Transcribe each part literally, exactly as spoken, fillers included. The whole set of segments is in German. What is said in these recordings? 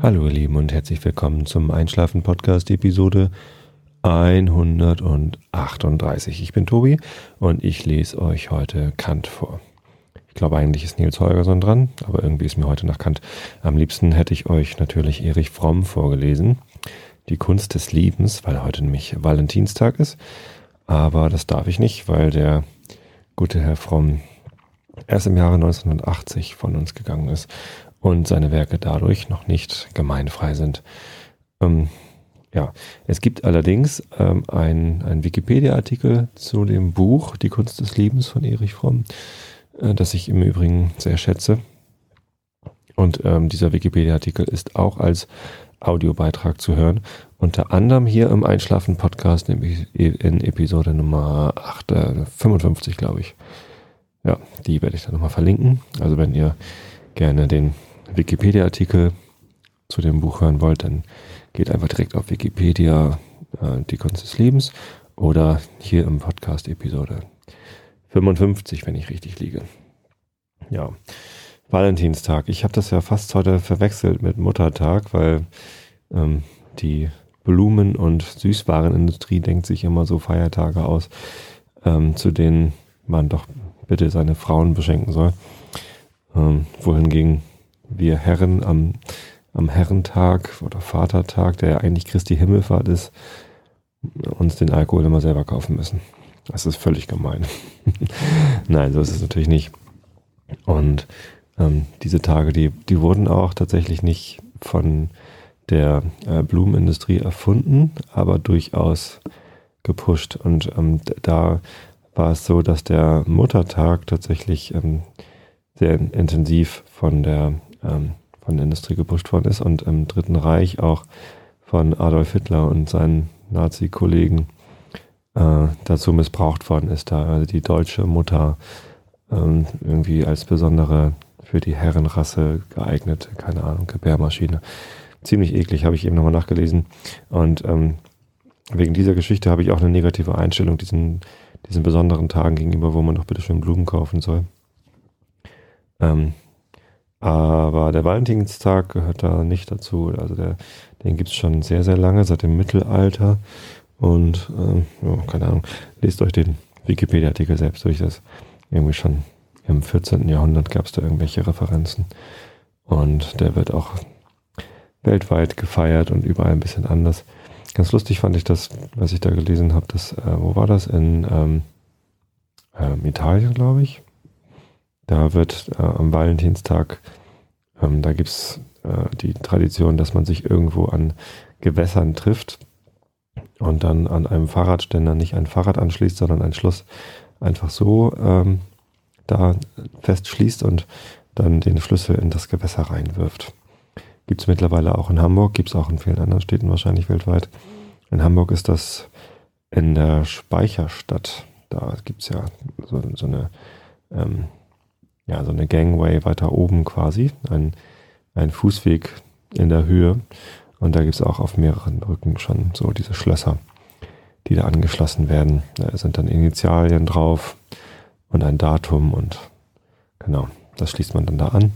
Hallo ihr Lieben und herzlich willkommen zum Einschlafen-Podcast Episode hundertachtunddreißig. Ich bin Tobi und ich lese euch heute Kant vor. Ich glaube, eigentlich ist Niels Holgersson dran, aber irgendwie ist mir heute nach Kant. Am liebsten hätte ich euch natürlich Erich Fromm vorgelesen. Die Kunst des Liebens, weil heute nämlich Valentinstag ist. Aber das darf ich nicht, weil der gute Herr Fromm erst im Jahre neunzehnhundertachtzig von uns gegangen ist und seine Werke dadurch noch nicht gemeinfrei sind. Ähm, ja, es gibt allerdings ähm, einen, einen Wikipedia-Artikel zu dem Buch Die Kunst des Liebens von Erich Fromm, äh, das ich im Übrigen sehr schätze. Und ähm, dieser Wikipedia-Artikel ist auch als Audiobeitrag zu hören, unter anderem hier im Einschlafen-Podcast in, in Episode Nummer acht, äh, fünfundfünfzig, glaube ich. Ja, die werde ich dann nochmal verlinken. Also wenn ihr gerne den Wikipedia-Artikel zu dem Buch hören wollt, dann geht einfach direkt auf Wikipedia, äh, die Kunst des Lebens, oder hier im Podcast Episode fünfundfünfzig, wenn ich richtig liege. Ja, Valentinstag. Ich habe das ja fast heute verwechselt mit Muttertag, weil ähm, die Blumen- und Süßwarenindustrie denkt sich immer so Feiertage aus, ähm, zu denen man doch bitte seine Frauen beschenken soll. Ähm, wohingegen wir Herren am, am Herrentag oder Vatertag, der ja eigentlich Christi Himmelfahrt ist, uns den Alkohol immer selber kaufen müssen. Das ist völlig gemein. Nein, so ist es natürlich nicht. Und ähm, diese Tage, die, die wurden auch tatsächlich nicht von der äh, Blumenindustrie erfunden, aber durchaus gepusht. Und ähm, da war es so, dass der Muttertag tatsächlich ähm, sehr intensiv von der, ähm, von der Industrie gepusht worden ist und im Dritten Reich auch von Adolf Hitler und seinen Nazi-Kollegen äh, dazu missbraucht worden ist, da also die deutsche Mutter ähm, irgendwie als besondere für die Herrenrasse geeignete, keine Ahnung, Gebärmaschine. Ziemlich eklig, habe ich eben nochmal nachgelesen. Und ähm, wegen dieser Geschichte habe ich auch eine negative Einstellung diesen, diesen besonderen Tagen gegenüber, wo man doch bitte schön Blumen kaufen soll. Ähm, aber der Valentinstag gehört da nicht dazu. Also der, den gibt es schon sehr, sehr lange, seit dem Mittelalter. Und ähm, ja, keine Ahnung, lest euch den Wikipedia-Artikel selbst durch. Das irgendwie schon im vierzehnten Jahrhundert gab es da irgendwelche Referenzen. Und der wird auch weltweit gefeiert und überall ein bisschen anders. Ganz lustig fand ich das, was ich da gelesen habe. Das, äh, wo war das? In ähm, ähm, Italien, glaube ich. Da wird äh, am Valentinstag, ähm, da gibt es äh, die Tradition, dass man sich irgendwo an Gewässern trifft und dann an einem Fahrradständer nicht ein Fahrrad anschließt, sondern ein Schloss einfach so ähm, da festschließt und dann den Schlüssel in das Gewässer reinwirft. Gibt es mittlerweile auch in Hamburg, gibt es auch in vielen anderen Städten wahrscheinlich weltweit. In Hamburg ist das in der Speicherstadt. Da gibt es ja so, so eine ähm, ja, so eine Gangway weiter oben quasi, ein, ein Fußweg in der Höhe. Und da gibt es auch auf mehreren Brücken schon so diese Schlösser, die da angeschlossen werden. Da sind dann Initialien drauf und ein Datum und genau, das schließt man dann da an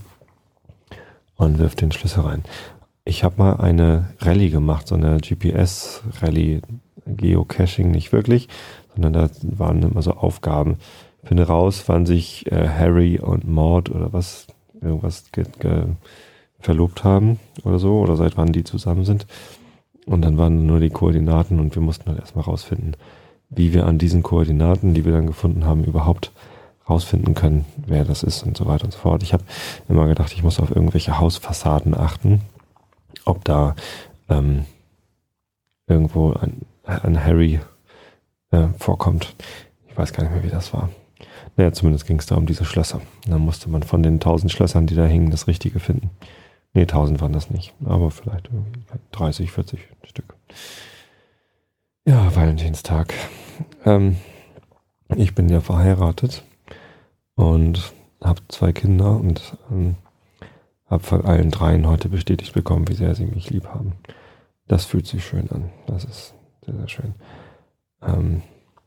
und wirft den Schlüssel rein. Ich habe mal eine Rallye gemacht, so eine G P S-Rallye, Geocaching nicht wirklich, sondern da waren immer so Aufgaben. Finde raus, wann sich äh, Harry und Maud oder was, irgendwas ge- ge- verlobt haben oder so, oder seit wann die zusammen sind. Und dann waren nur die Koordinaten und wir mussten halt erstmal rausfinden, wie wir an diesen Koordinaten, die wir dann gefunden haben, überhaupt rausfinden können, wer das ist und so weiter und so fort. Ich habe immer gedacht, ich muss auf irgendwelche Hausfassaden achten, ob da ähm, irgendwo ein, ein Harry äh, vorkommt. Ich weiß gar nicht mehr, wie das war. Naja, zumindest ging es da um diese Schlösser. Dann musste man von den tausend Schlössern, die da hingen, das Richtige finden. Nee, tausend waren das nicht, aber vielleicht irgendwie dreißig, vierzig Stück. Ja, Valentinstag. Ähm, ich bin ja verheiratet und habe zwei Kinder und ähm, habe von allen dreien heute bestätigt bekommen, wie sehr sie mich lieb haben. Das fühlt sich schön an. Das ist sehr, sehr schön. Ähm,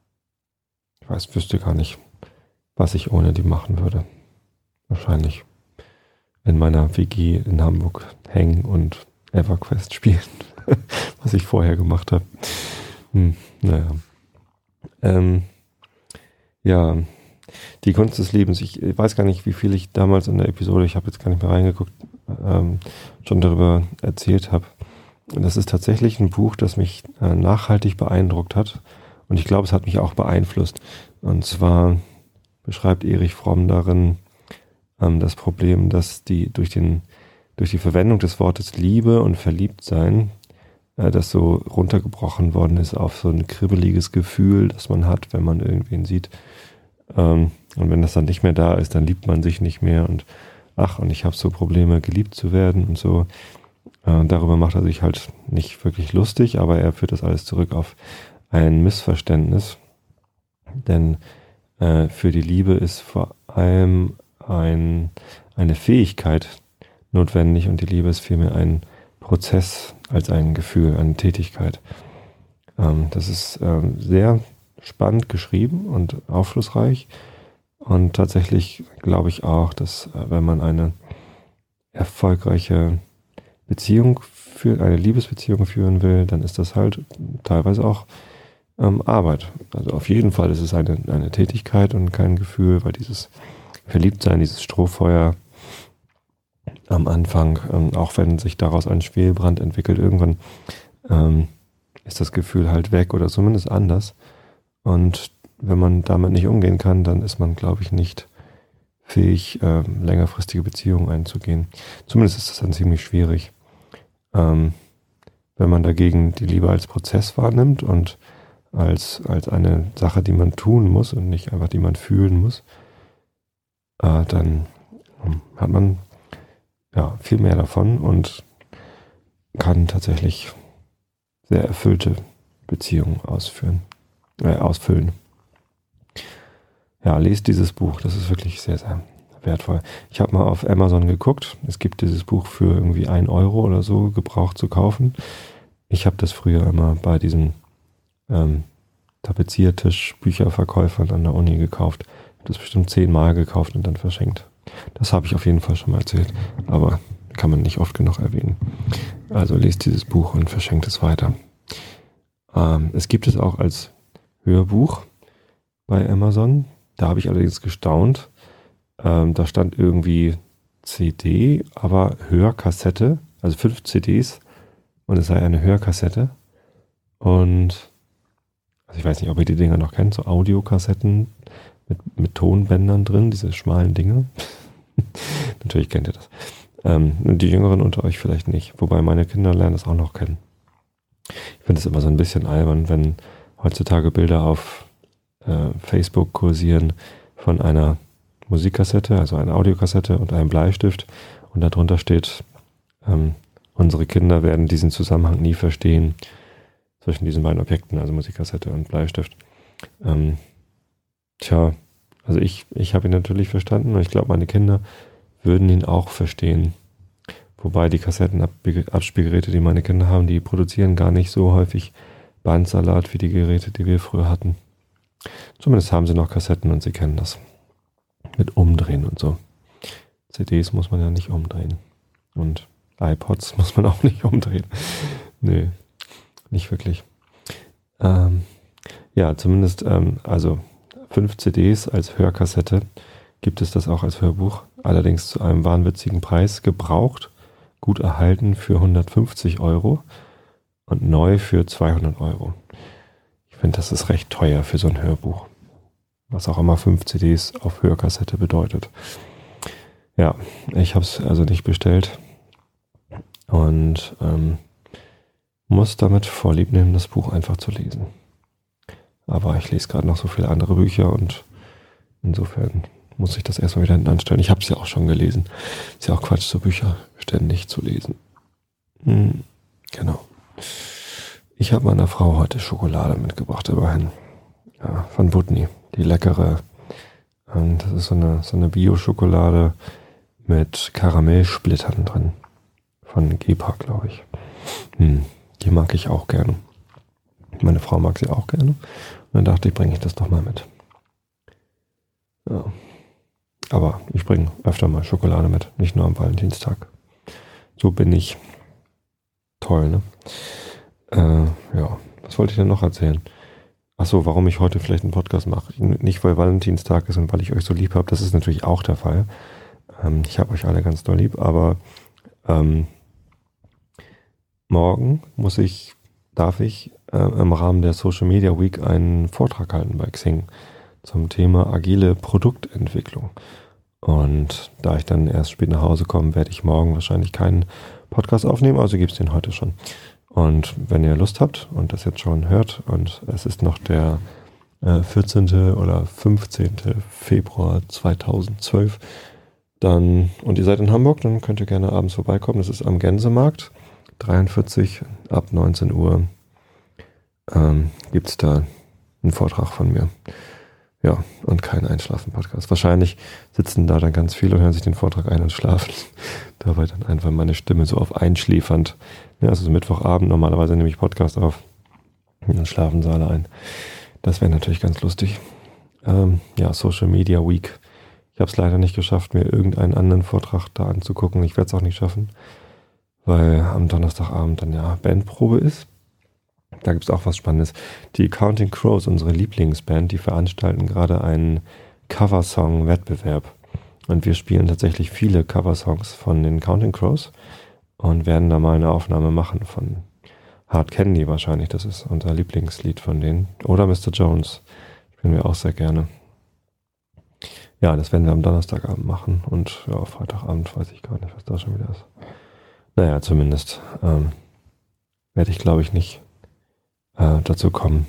ich weiß, wüsste gar nicht, was ich ohne die machen würde. Wahrscheinlich in meiner W G in Hamburg hängen und EverQuest spielen, was ich vorher gemacht habe. Hm, naja. Ähm, ja, die Kunst des Lebens. Ich weiß gar nicht, wie viel ich damals in der Episode, ich habe jetzt gar nicht mehr reingeguckt, ähm, schon darüber erzählt habe. Das ist tatsächlich ein Buch, das mich äh, nachhaltig beeindruckt hat. Und ich glaube, es hat mich auch beeinflusst. Und zwar beschreibt Erich Fromm darin ähm, das Problem, dass die durch den durch die Verwendung des Wortes Liebe und Verliebtsein, äh, das so runtergebrochen worden ist auf so ein kribbeliges Gefühl, das man hat, wenn man irgendwen sieht. Ähm, und wenn das dann nicht mehr da ist, dann liebt man sich nicht mehr. Und ach, und ich habe so Probleme, geliebt zu werden und so. Äh, darüber macht er sich halt nicht wirklich lustig, aber er führt das alles zurück auf ein Missverständnis. Denn äh, für die Liebe ist vor allem ein, eine Fähigkeit notwendig und die Liebe ist vielmehr ein Prozess als ein Gefühl, eine Tätigkeit. Ähm, das ist ähm, sehr spannend geschrieben und aufschlussreich und tatsächlich glaube ich auch, dass äh, wenn man eine erfolgreiche Beziehung für eine Liebesbeziehung führen will, dann ist das halt teilweise auch ähm, Arbeit. Also auf jeden Fall ist es eine, eine Tätigkeit und kein Gefühl, weil dieses Verliebtsein, dieses Strohfeuer am Anfang, ähm, auch wenn sich daraus ein Schwelbrand entwickelt, irgendwann ähm, ist das Gefühl halt weg oder zumindest anders. Und wenn man damit nicht umgehen kann, dann ist man, glaube ich, nicht fähig, ähm, längerfristige Beziehungen einzugehen. Zumindest ist das dann ziemlich schwierig. Ähm, wenn man dagegen die Liebe als Prozess wahrnimmt und als, als eine Sache, die man tun muss und nicht einfach, die man fühlen muss, äh, dann ähm, hat man ja viel mehr davon und kann tatsächlich sehr erfüllte Beziehungen ausführen, äh, ausfüllen. Ja, lest dieses Buch, das ist wirklich sehr, sehr wertvoll. Ich habe mal auf Amazon geguckt, es gibt dieses Buch für irgendwie ein Euro oder so gebraucht zu kaufen. Ich habe das früher immer bei diesen ähm, Tapeziertisch-Bücherverkäufern an der Uni gekauft. Ich habe das bestimmt zehnmal gekauft und dann verschenkt. Das habe ich auf jeden Fall schon mal erzählt, aber kann man nicht oft genug erwähnen. Also lest dieses Buch und verschenkt es weiter. Ähm, es gibt es auch als Hörbuch bei Amazon. Da habe ich allerdings gestaunt. Ähm, da stand irgendwie C D, aber Hörkassette, also fünf C Ds und es sei eine Hörkassette. Und also ich weiß nicht, ob ihr die Dinger noch kennt, so Audiokassetten mit, mit Tonbändern drin, diese schmalen Dinge. Natürlich kennt ihr das. Ähm, die Jüngeren unter euch vielleicht nicht, wobei meine Kinder lernen das auch noch kennen. Ich finde es immer so ein bisschen albern, wenn heutzutage Bilder auf äh, Facebook kursieren von einer Musikkassette, also einer Audiokassette und einem Bleistift und darunter steht, ähm, unsere Kinder werden diesen Zusammenhang nie verstehen zwischen diesen beiden Objekten, also Musikkassette und Bleistift. Ähm, tja, also ich, ich habe ihn natürlich verstanden und ich glaube, meine Kinder würden ihn auch verstehen. Wobei die Kassettenabspielgeräte, die meine Kinder haben, die produzieren gar nicht so häufig Bandsalat wie die Geräte, die wir früher hatten. Zumindest haben sie noch Kassetten und sie kennen das. Mit Umdrehen und so. C Ds muss man ja nicht umdrehen. Und iPods muss man auch nicht umdrehen. Nö, nicht wirklich. Ähm, ja, zumindest, ähm, also fünf C Ds als Hörkassette gibt es das auch als Hörbuch. Allerdings zu einem wahnwitzigen Preis. Gebraucht, gut erhalten für hundertfünfzig Euro und neu für zweihundert Euro. Ich finde, das ist recht teuer für so ein Hörbuch. Was auch immer fünf C Ds auf Hörkassette bedeutet. Ja, ich habe es also nicht bestellt und ähm, muss damit Vorlieb nehmen, das Buch einfach zu lesen. Aber ich lese gerade noch so viele andere Bücher und insofern muss ich das erstmal wieder hinten anstellen. Ich habe es ja auch schon gelesen. Ist ja auch Quatsch, so Bücher ständig zu lesen. Hm, genau. Ich habe meiner Frau heute Schokolade mitgebracht, immerhin. Ja, von Butni. Die leckere. Und das ist so eine, so eine Bio-Schokolade mit Karamellsplittern drin. Von Gepa, glaube ich. Hm, die mag ich auch gerne. Meine Frau mag sie auch gerne. Und dann dachte ich, bringe ich das doch mal mit. Ja. Aber ich bringe öfter mal Schokolade mit. Nicht nur am Valentinstag. So bin ich. toll, ne? Äh, ja, was wollte ich denn noch erzählen? Achso, warum ich heute vielleicht einen Podcast mache. Nicht, weil Valentinstag ist und weil ich euch so lieb habe, das ist natürlich auch der Fall. Ähm, ich habe euch alle ganz doll lieb, aber ähm, morgen muss ich, darf ich äh, im Rahmen der Social Media Week einen Vortrag halten bei Xing zum Thema agile Produktentwicklung. Und da ich dann erst spät nach Hause komme, werde ich morgen wahrscheinlich keinen Podcast aufnehmen, also gibt es den heute schon. Und wenn ihr Lust habt und das jetzt schon hört und es ist noch der äh, vierzehnten oder fünfzehnten Februar zweitausendzwölf, dann und ihr seid in Hamburg, dann könnt ihr gerne abends vorbeikommen. Das ist am Gänsemarkt dreiundvierzig, ab neunzehn Uhr ähm, gibt es da einen Vortrag von mir. Ja, und kein Einschlafen-Podcast. Wahrscheinlich sitzen da dann ganz viele und hören sich den Vortrag ein und schlafen. Dabei dann einfach meine Stimme so auf einschläfernd. Ja, also so Mittwochabend, normalerweise nehme ich Podcast auf und dann schlafen sie alle ein. Das wäre natürlich ganz lustig. Ähm, ja, Social Media Week. Ich habe es leider nicht geschafft, mir irgendeinen anderen Vortrag da anzugucken. Ich werde es auch nicht schaffen, weil am Donnerstagabend dann ja Bandprobe ist. Da gibt es auch was Spannendes. Die Counting Crows, unsere Lieblingsband, die veranstalten gerade einen Coversong-Wettbewerb. Und wir spielen tatsächlich viele Coversongs von den Counting Crows und werden da mal eine Aufnahme machen von Hard Candy wahrscheinlich. Das ist unser Lieblingslied von denen. Oder Mister Jones. Spielen wir auch sehr gerne. Ja, das werden wir am Donnerstagabend machen. Und ja, Freitagabend weiß ich gar nicht, was da schon wieder ist. Naja, zumindest ähm, werde ich, glaube ich, nicht äh, dazu kommen,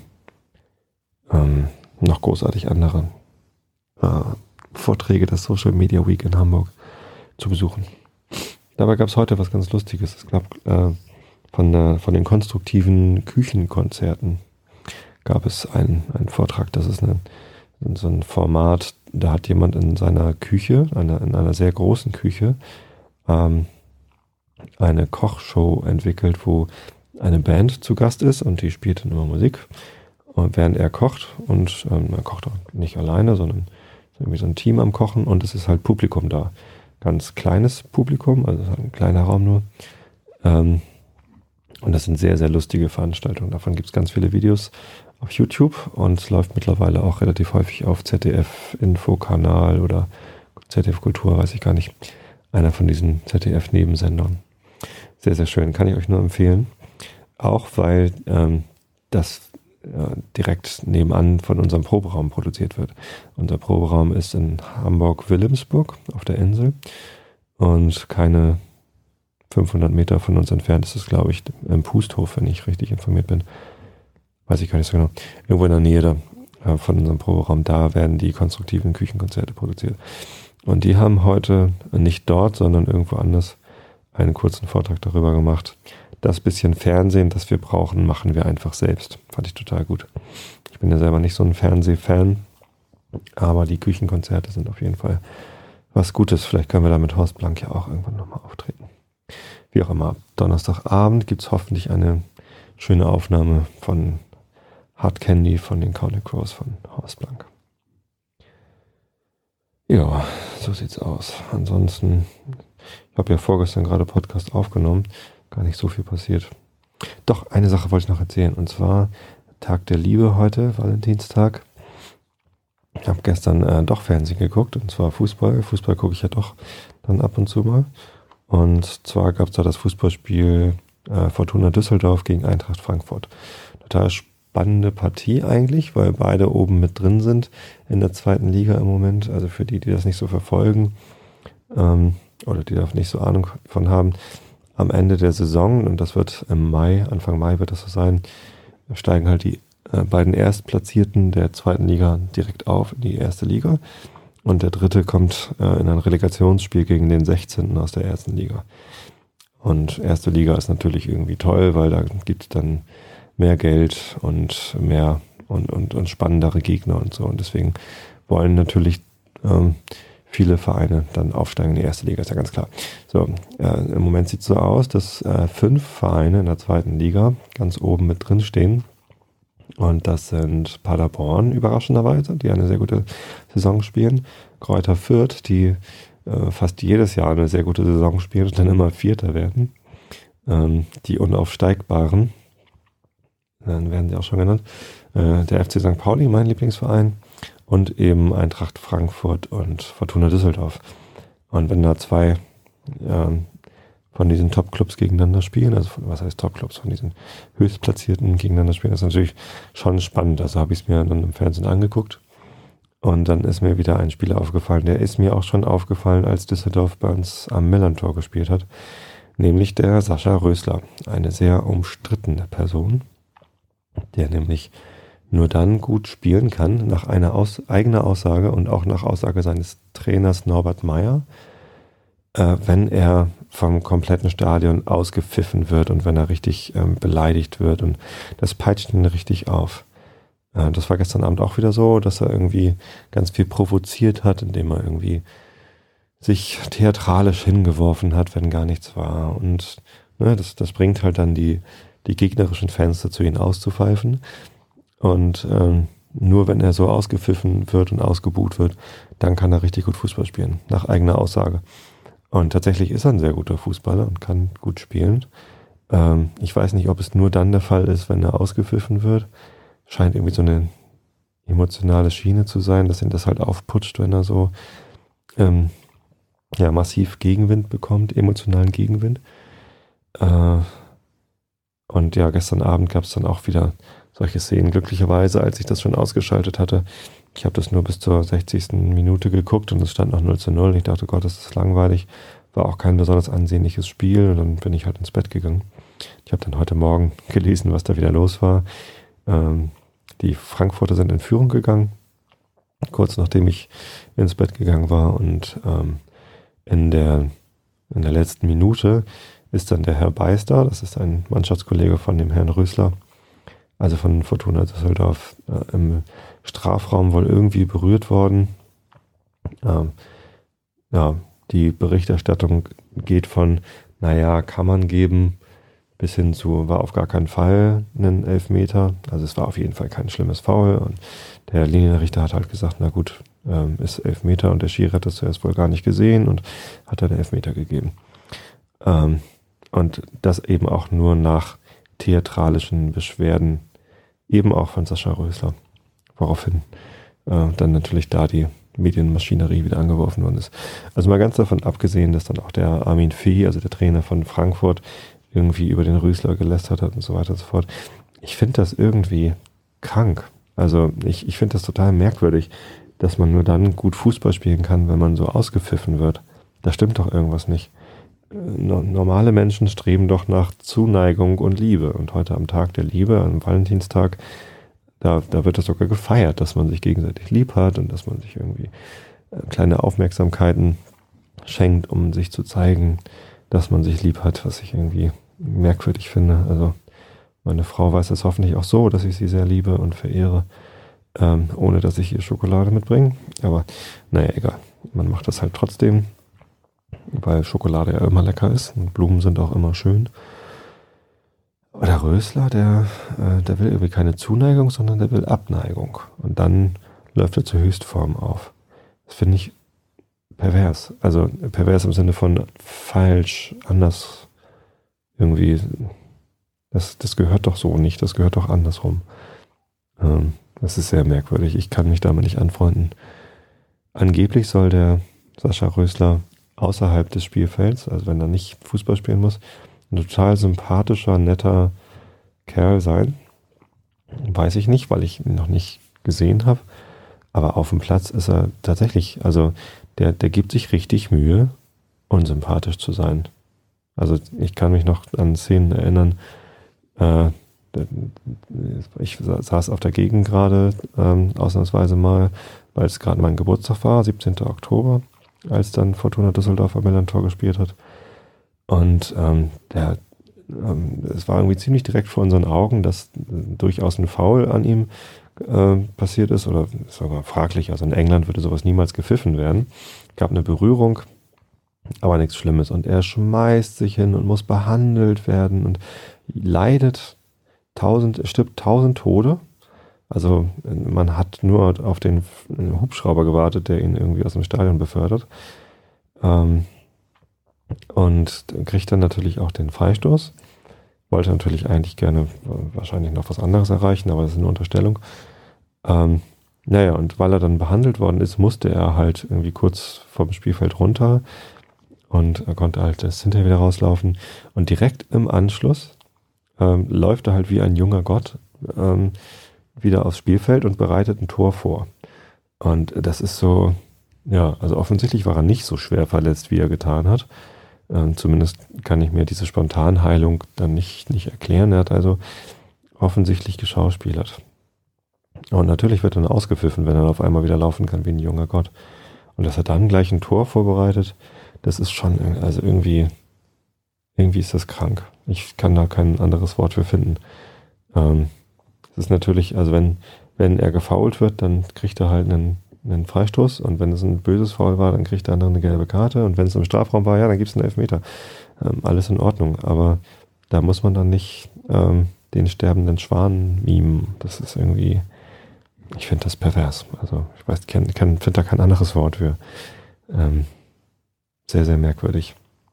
ähm, noch großartig andere äh, Vorträge der Social Media Week in Hamburg zu besuchen. Dabei gab es heute was ganz Lustiges. Es gab äh, von, der, von den konstruktiven Küchenkonzerten gab es einen, einen Vortrag. Das ist eine, so ein Format, da hat jemand in seiner Küche, eine, in einer sehr großen Küche, ähm, eine Kochshow entwickelt, wo eine Band zu Gast ist und die spielt dann immer Musik, und während er kocht. Und ähm, er kocht auch nicht alleine, sondern irgendwie so ein Team am Kochen, und es ist halt Publikum da. Ganz kleines Publikum, also ein kleiner Raum nur. Ähm, und das sind sehr, sehr lustige Veranstaltungen. Davon gibt es ganz viele Videos auf YouTube und es läuft mittlerweile auch relativ häufig auf Z D F-Info-Kanal oder Z D F Kultur, weiß ich gar nicht. Einer von diesen Z D F-Nebensendern. Sehr, sehr schön, kann ich euch nur empfehlen. Auch weil ähm, das äh, direkt nebenan von unserem Proberaum produziert wird. Unser Proberaum ist in Hamburg-Wilhelmsburg auf der Insel und keine fünfhundert Meter von uns entfernt ist es, glaube ich, im Pusthof, wenn ich richtig informiert bin. Weiß ich gar nicht so genau. Irgendwo in der Nähe da, äh, von unserem Proberaum, da werden die konstruktiven Küchenkonzerte produziert. Und die haben heute nicht dort, sondern irgendwo anders einen kurzen Vortrag darüber gemacht. Das bisschen Fernsehen, das wir brauchen, machen wir einfach selbst. Fand ich total gut. Ich bin ja selber nicht so ein Fernsehfan, aber die Küchenkonzerte sind auf jeden Fall was Gutes. Vielleicht können wir da mit Horst Blank ja auch irgendwann nochmal auftreten. Wie auch immer, Donnerstagabend gibt es hoffentlich eine schöne Aufnahme von Hard Candy von den Counting Crows von Horst Blank. Ja, so sieht's aus. Ansonsten, ich habe ja vorgestern gerade Podcast aufgenommen, gar nicht so viel passiert. Doch, eine Sache wollte ich noch erzählen, und zwar Tag der Liebe heute, Valentinstag. Ich habe gestern äh, doch Fernsehen geguckt, und zwar Fußball. Fußball gucke ich ja doch dann ab und zu mal. Und zwar gab es da das Fußballspiel äh, Fortuna Düsseldorf gegen Eintracht Frankfurt. Total spannende Partie eigentlich, weil beide oben mit drin sind in der zweiten Liga im Moment. Also für die, die das nicht so verfolgen ähm, oder die da nicht so Ahnung von haben, am Ende der Saison, und das wird im Mai, Anfang Mai wird das so sein, steigen halt die äh, beiden Erstplatzierten der zweiten Liga direkt auf in die erste Liga. Und der dritte kommt äh, in ein Relegationsspiel gegen den sechzehnten aus der ersten Liga. Und erste Liga ist natürlich irgendwie toll, weil da gibt es dann mehr Geld und mehr und, und, und spannendere Gegner und so. Und deswegen wollen natürlich ähm, viele Vereine dann aufsteigen in die erste Liga, ist ja ganz klar. So, äh, im Moment sieht es so aus, dass äh, fünf Vereine in der zweiten Liga ganz oben mit drin stehen. Und das sind Paderborn, überraschenderweise, die eine sehr gute Saison spielen. Greuther Fürth, die äh, fast jedes Jahr eine sehr gute Saison spielen und dann immer Vierter werden. ähm, die Unaufsteigbaren, dann werden sie auch schon genannt, äh, der F C Sankt Pauli, mein Lieblingsverein, und eben Eintracht Frankfurt und Fortuna Düsseldorf. Und wenn da zwei ähm, von diesen Top-Clubs gegeneinander spielen, also von, was heißt Top-Clubs, von diesen Höchstplatzierten gegeneinander spielen, das ist natürlich schon spannend. Also habe ich es mir dann im Fernsehen angeguckt und dann ist mir wieder ein Spieler aufgefallen, der ist mir auch schon aufgefallen, als Düsseldorf bei uns am Millantor gespielt hat, nämlich der Sascha Rösler, eine sehr umstrittene Person, der nämlich nur dann gut spielen kann, nach einer Aus- eigener Aussage und auch nach Aussage seines Trainers Norbert Meyer, äh, wenn er vom kompletten Stadion ausgepfiffen wird und wenn er richtig ähm, beleidigt wird, und das peitscht ihn richtig auf. Äh, das war gestern Abend auch wieder so, dass er irgendwie ganz viel provoziert hat, indem er irgendwie sich theatralisch hingeworfen hat, wenn gar nichts war, und ne, das, das bringt halt dann die, die gegnerischen Fans dazu, ihn auszupfeifen. Und ähm, nur wenn er so ausgepfiffen wird und ausgebuht wird, dann kann er richtig gut Fußball spielen, nach eigener Aussage. Und tatsächlich ist er ein sehr guter Fußballer und kann gut spielen. Ähm, ich weiß nicht, ob es nur dann der Fall ist, wenn er ausgepfiffen wird. Scheint irgendwie so eine emotionale Schiene zu sein, dass ihn das halt aufputscht, wenn er so ähm, ja, massiv Gegenwind bekommt, emotionalen Gegenwind. Äh, und ja, gestern Abend gab es dann auch wieder solche Szenen. Glücklicherweise, als ich das schon ausgeschaltet hatte, ich habe das nur bis zur sechzigsten Minute geguckt und es stand noch null zu null. Ich dachte, Gott, das ist langweilig. War auch kein besonders ansehnliches Spiel, und dann bin ich halt ins Bett gegangen. Ich habe dann heute Morgen gelesen, was da wieder los war. Ähm, die Frankfurter sind in Führung gegangen, kurz nachdem ich ins Bett gegangen war, und ähm, in der, in der letzten Minute ist dann der Herr Beister, das ist ein Mannschaftskollege von dem Herrn Rösler, also von Fortuna Düsseldorf, äh, im Strafraum wohl irgendwie berührt worden. Ähm, ja, die Berichterstattung geht von, naja, kann man geben, bis hin zu, war auf gar keinen Fall ein Elfmeter. Also es war auf jeden Fall kein schlimmes Foul. Und der Linienrichter hat halt gesagt, na gut, ähm, ist Elfmeter, und der Schiri hat das zuerst wohl gar nicht gesehen und hat dann Elfmeter gegeben. Ähm, und das eben auch nur nach theatralischen Beschwerden, eben auch von Sascha Rösler, woraufhin äh, dann natürlich da die Medienmaschinerie wieder angeworfen worden ist. Also mal ganz davon abgesehen, dass dann auch der Armin Fee, also der Trainer von Frankfurt, irgendwie über den Rösler gelästert hat und so weiter und so fort. Ich finde das irgendwie krank. Also ich, ich finde das total merkwürdig, dass man nur dann gut Fußball spielen kann, wenn man so ausgepfiffen wird. Da stimmt doch irgendwas nicht. No- normale Menschen streben doch nach Zuneigung und Liebe. Und heute am Tag der Liebe, am Valentinstag, da, da wird das sogar gefeiert, dass man sich gegenseitig lieb hat und dass man sich irgendwie äh, kleine Aufmerksamkeiten schenkt, um sich zu zeigen, dass man sich lieb hat, was ich irgendwie merkwürdig finde. Also meine Frau weiß es hoffentlich auch so, dass ich sie sehr liebe und verehre, ähm, ohne dass ich ihr Schokolade mitbringe. Aber naja, egal. Man macht das halt trotzdem, weil Schokolade ja immer lecker ist und Blumen sind auch immer schön. Aber der Rösler, der, äh, der will irgendwie keine Zuneigung, sondern der will Abneigung. Und dann läuft er zur Höchstform auf. Das finde ich pervers. Also pervers im Sinne von falsch, anders irgendwie. Das, das gehört doch so nicht, das gehört doch andersrum. Ähm, das ist sehr merkwürdig. Ich kann mich damit nicht anfreunden. Angeblich soll der Sascha Rösler außerhalb des Spielfelds, also wenn er nicht Fußball spielen muss, ein total sympathischer, netter Kerl sein. Weiß ich nicht, weil ich ihn noch nicht gesehen habe. Aber auf dem Platz ist er tatsächlich, also der, der gibt sich richtig Mühe, unsympathisch zu sein. Also ich kann mich noch an Szenen erinnern, äh, ich saß auf der Gegend gerade, ähm, ausnahmsweise mal, weil es gerade mein Geburtstag war, siebzehnten Oktober, als dann Fortuna Düsseldorf am Millantor gespielt hat. Und ähm, der, ähm, es war irgendwie ziemlich direkt vor unseren Augen, dass durchaus ein Foul an ihm äh, passiert ist, oder ist sogar fraglich, also in England würde sowas niemals gepfiffen werden. Gab eine Berührung, aber nichts Schlimmes. Und er schmeißt sich hin und muss behandelt werden und leidet tausend, stirbt tausend Tode. Also man hat nur auf den Hubschrauber gewartet, der ihn irgendwie aus dem Stadion befördert. Ähm, und kriegt dann natürlich auch den Freistoß. Wollte natürlich eigentlich gerne wahrscheinlich noch was anderes erreichen, aber das ist eine Unterstellung. Ähm, naja, und weil er dann behandelt worden ist, musste er halt irgendwie kurz vom Spielfeld runter und er konnte halt das hinterher wieder rauslaufen. Und direkt im Anschluss ähm, läuft er halt wie ein junger Gott ähm, wieder aufs Spielfeld und bereitet ein Tor vor. Und das ist so, ja, also offensichtlich war er nicht so schwer verletzt, wie er getan hat. Ähm, zumindest kann ich mir diese Spontanheilung dann nicht, nicht erklären. Er hat also offensichtlich geschauspielert. Und natürlich wird dann ausgepfiffen, wenn er auf einmal wieder laufen kann wie ein junger Gott. Und dass er dann gleich ein Tor vorbereitet, das ist schon, also irgendwie, irgendwie ist das krank. Ich kann da kein anderes Wort für finden. Ähm, es ist natürlich, also wenn, wenn er gefoult wird, dann kriegt er halt einen, einen Freistoß. Und wenn es ein böses Foul war, dann kriegt der andere eine gelbe Karte. Und wenn es im Strafraum war, ja, dann gibt es einen Elfmeter. Ähm, alles in Ordnung. Aber da muss man dann nicht ähm, den sterbenden Schwan mimen. Das ist irgendwie, ich finde das pervers. Also ich weiß, ich finde da kein anderes Wort für. Ähm, sehr, sehr merkwürdig.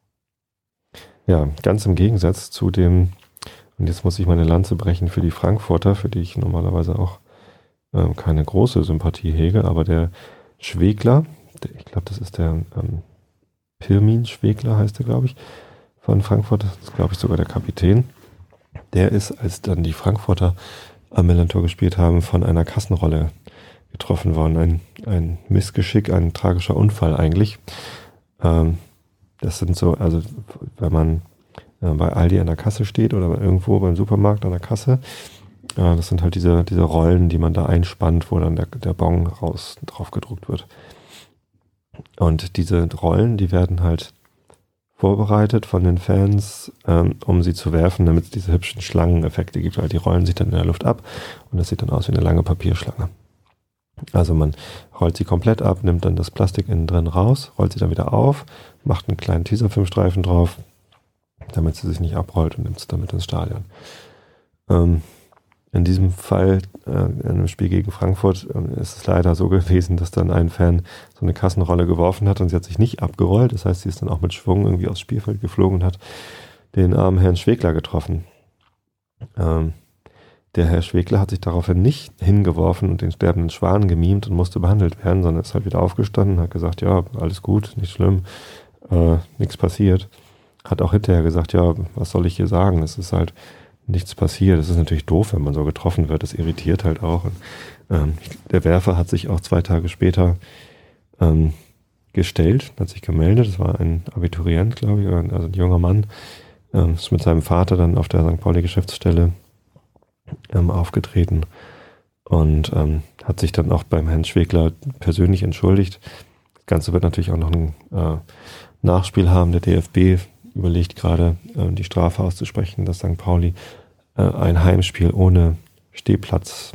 Ja, ganz im Gegensatz zu dem, und jetzt muss ich meine Lanze brechen für die Frankfurter, für die ich normalerweise auch ähm, keine große Sympathie hege, aber der Schwegler, der, ich glaube, das ist der ähm, Pirmin Schwegler, heißt der, glaube ich, von Frankfurt, das ist, glaube ich, sogar der Kapitän. Der ist, als dann die Frankfurter am Millantor gespielt haben, von einer Kassenrolle getroffen worden. Ein, ein Missgeschick, ein tragischer Unfall eigentlich. Ähm, das sind so, also wenn man äh, bei Aldi an der Kasse steht oder irgendwo beim Supermarkt an der Kasse, äh, das sind halt diese, diese Rollen, die man da einspannt, wo dann der, der Bon raus drauf gedruckt wird. Und diese Rollen, die werden halt vorbereitet von den Fans, ähm, um sie zu werfen, damit es diese hübschen Schlangeneffekte gibt, weil die rollen sich dann in der Luft ab und das sieht dann aus wie eine lange Papierschlange. Also man rollt sie komplett ab, nimmt dann das Plastik innen drin raus, rollt sie dann wieder auf, macht einen kleinen Tesafilmstreifen drauf, damit sie sich nicht abrollt und nimmt es damit ins Stadion. Ähm, in diesem Fall, äh, in einem Spiel gegen Frankfurt, äh, ist es leider so gewesen, dass dann ein Fan so eine Kassenrolle geworfen hat und sie hat sich nicht abgerollt. Das heißt, sie ist dann auch mit Schwung irgendwie aufs Spielfeld geflogen und hat den armen Herrn Schwegler getroffen. Ähm, Der Herr Schwegler hat sich daraufhin nicht hingeworfen und den sterbenden Schwan gemimt und musste behandelt werden, sondern ist halt wieder aufgestanden und hat gesagt, ja, alles gut, nicht schlimm, äh, nichts passiert. Hat auch hinterher gesagt, ja, was soll ich hier sagen? Es ist halt nichts passiert. Es ist natürlich doof, wenn man so getroffen wird. Das irritiert halt auch. Und, ähm, der Werfer hat sich auch zwei Tage später ähm, gestellt, hat sich gemeldet. Das war ein Abiturient, glaube ich, also ein junger Mann. Ähm, ist mit seinem Vater dann auf der Sankt Pauli-Geschäftsstelle Ähm, aufgetreten und ähm, hat sich dann auch beim Herrn Schwegler persönlich entschuldigt. Das Ganze wird natürlich auch noch ein äh, Nachspiel haben. Der D F B überlegt gerade, äh, die Strafe auszusprechen, dass Sankt Pauli äh, ein Heimspiel ohne Stehplatz-Fans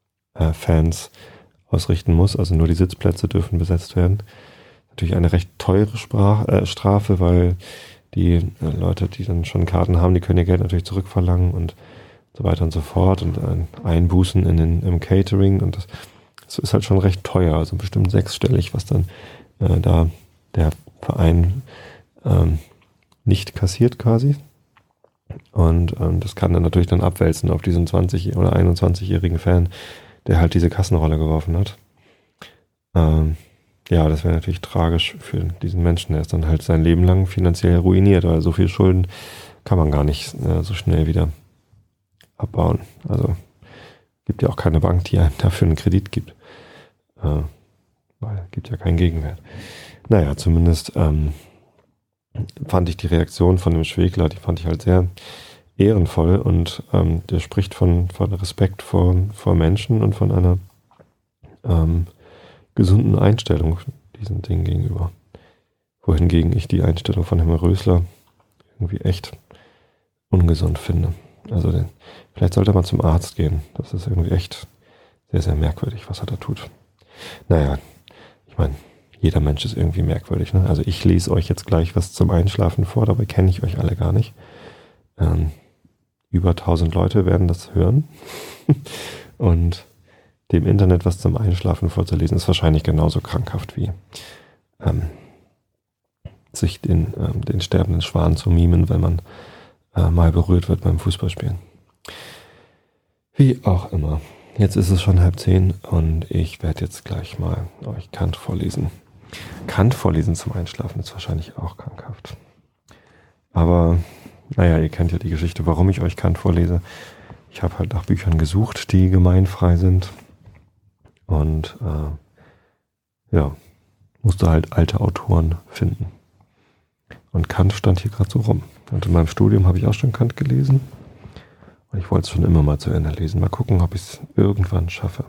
äh, ausrichten muss. Also nur die Sitzplätze dürfen besetzt werden. Natürlich eine recht teure Sprach, äh, Strafe, weil die äh, Leute, die dann schon Karten haben, die können ihr Geld natürlich zurückverlangen und so weiter und so fort und ein Einbußen in den, im Catering und das, das ist halt schon recht teuer, also bestimmt sechsstellig, was dann äh, da der Verein ähm, nicht kassiert quasi. Und ähm, das kann dann natürlich dann abwälzen auf diesen zwanzig- oder einundzwanzigjährigen Fan, der halt diese Kassenrolle geworfen hat. Ähm, ja, das wäre natürlich tragisch für diesen Menschen. Er ist dann halt sein Leben lang finanziell ruiniert, weil so viel Schulden kann man gar nicht äh, so schnell wieder abbauen. Also gibt ja auch keine Bank, die einem dafür einen Kredit gibt. Äh, weil gibt ja keinen Gegenwert. Naja, zumindest ähm, fand ich die Reaktion von dem Schwegler, die fand ich halt sehr ehrenvoll und ähm, der spricht von, von Respekt vor, vor Menschen und von einer ähm, gesunden Einstellung diesen Dingen gegenüber. Wohingegen ich die Einstellung von Herrn Rösler irgendwie echt ungesund finde. Also den, vielleicht sollte man zum Arzt gehen. Das ist irgendwie echt sehr, sehr merkwürdig, was er da tut. Naja, ich meine, jeder Mensch ist irgendwie merkwürdig. Ne? Also ich lese euch jetzt gleich was zum Einschlafen vor, dabei kenne ich euch alle gar nicht. Ähm, über tausend Leute werden das hören. Und dem Internet was zum Einschlafen vorzulesen, ist wahrscheinlich genauso krankhaft wie, ähm, sich den, äh, den sterbenden Schwan zu mimen, wenn man äh, mal berührt wird beim Fußballspielen. Wie auch immer. Jetzt ist es schon halb zehn und ich werde jetzt gleich mal euch Kant vorlesen. Kant vorlesen zum Einschlafen ist wahrscheinlich auch krankhaft. Aber naja, ihr kennt ja die Geschichte, warum ich euch Kant vorlese. Ich habe halt nach Büchern gesucht, die gemeinfrei sind. Und äh, ja, musste halt alte Autoren finden. Und Kant stand hier gerade so rum. Und in meinem Studium habe ich auch schon Kant gelesen. Und ich wollte es schon immer mal zu Ende lesen. Mal gucken, ob ich es irgendwann schaffe.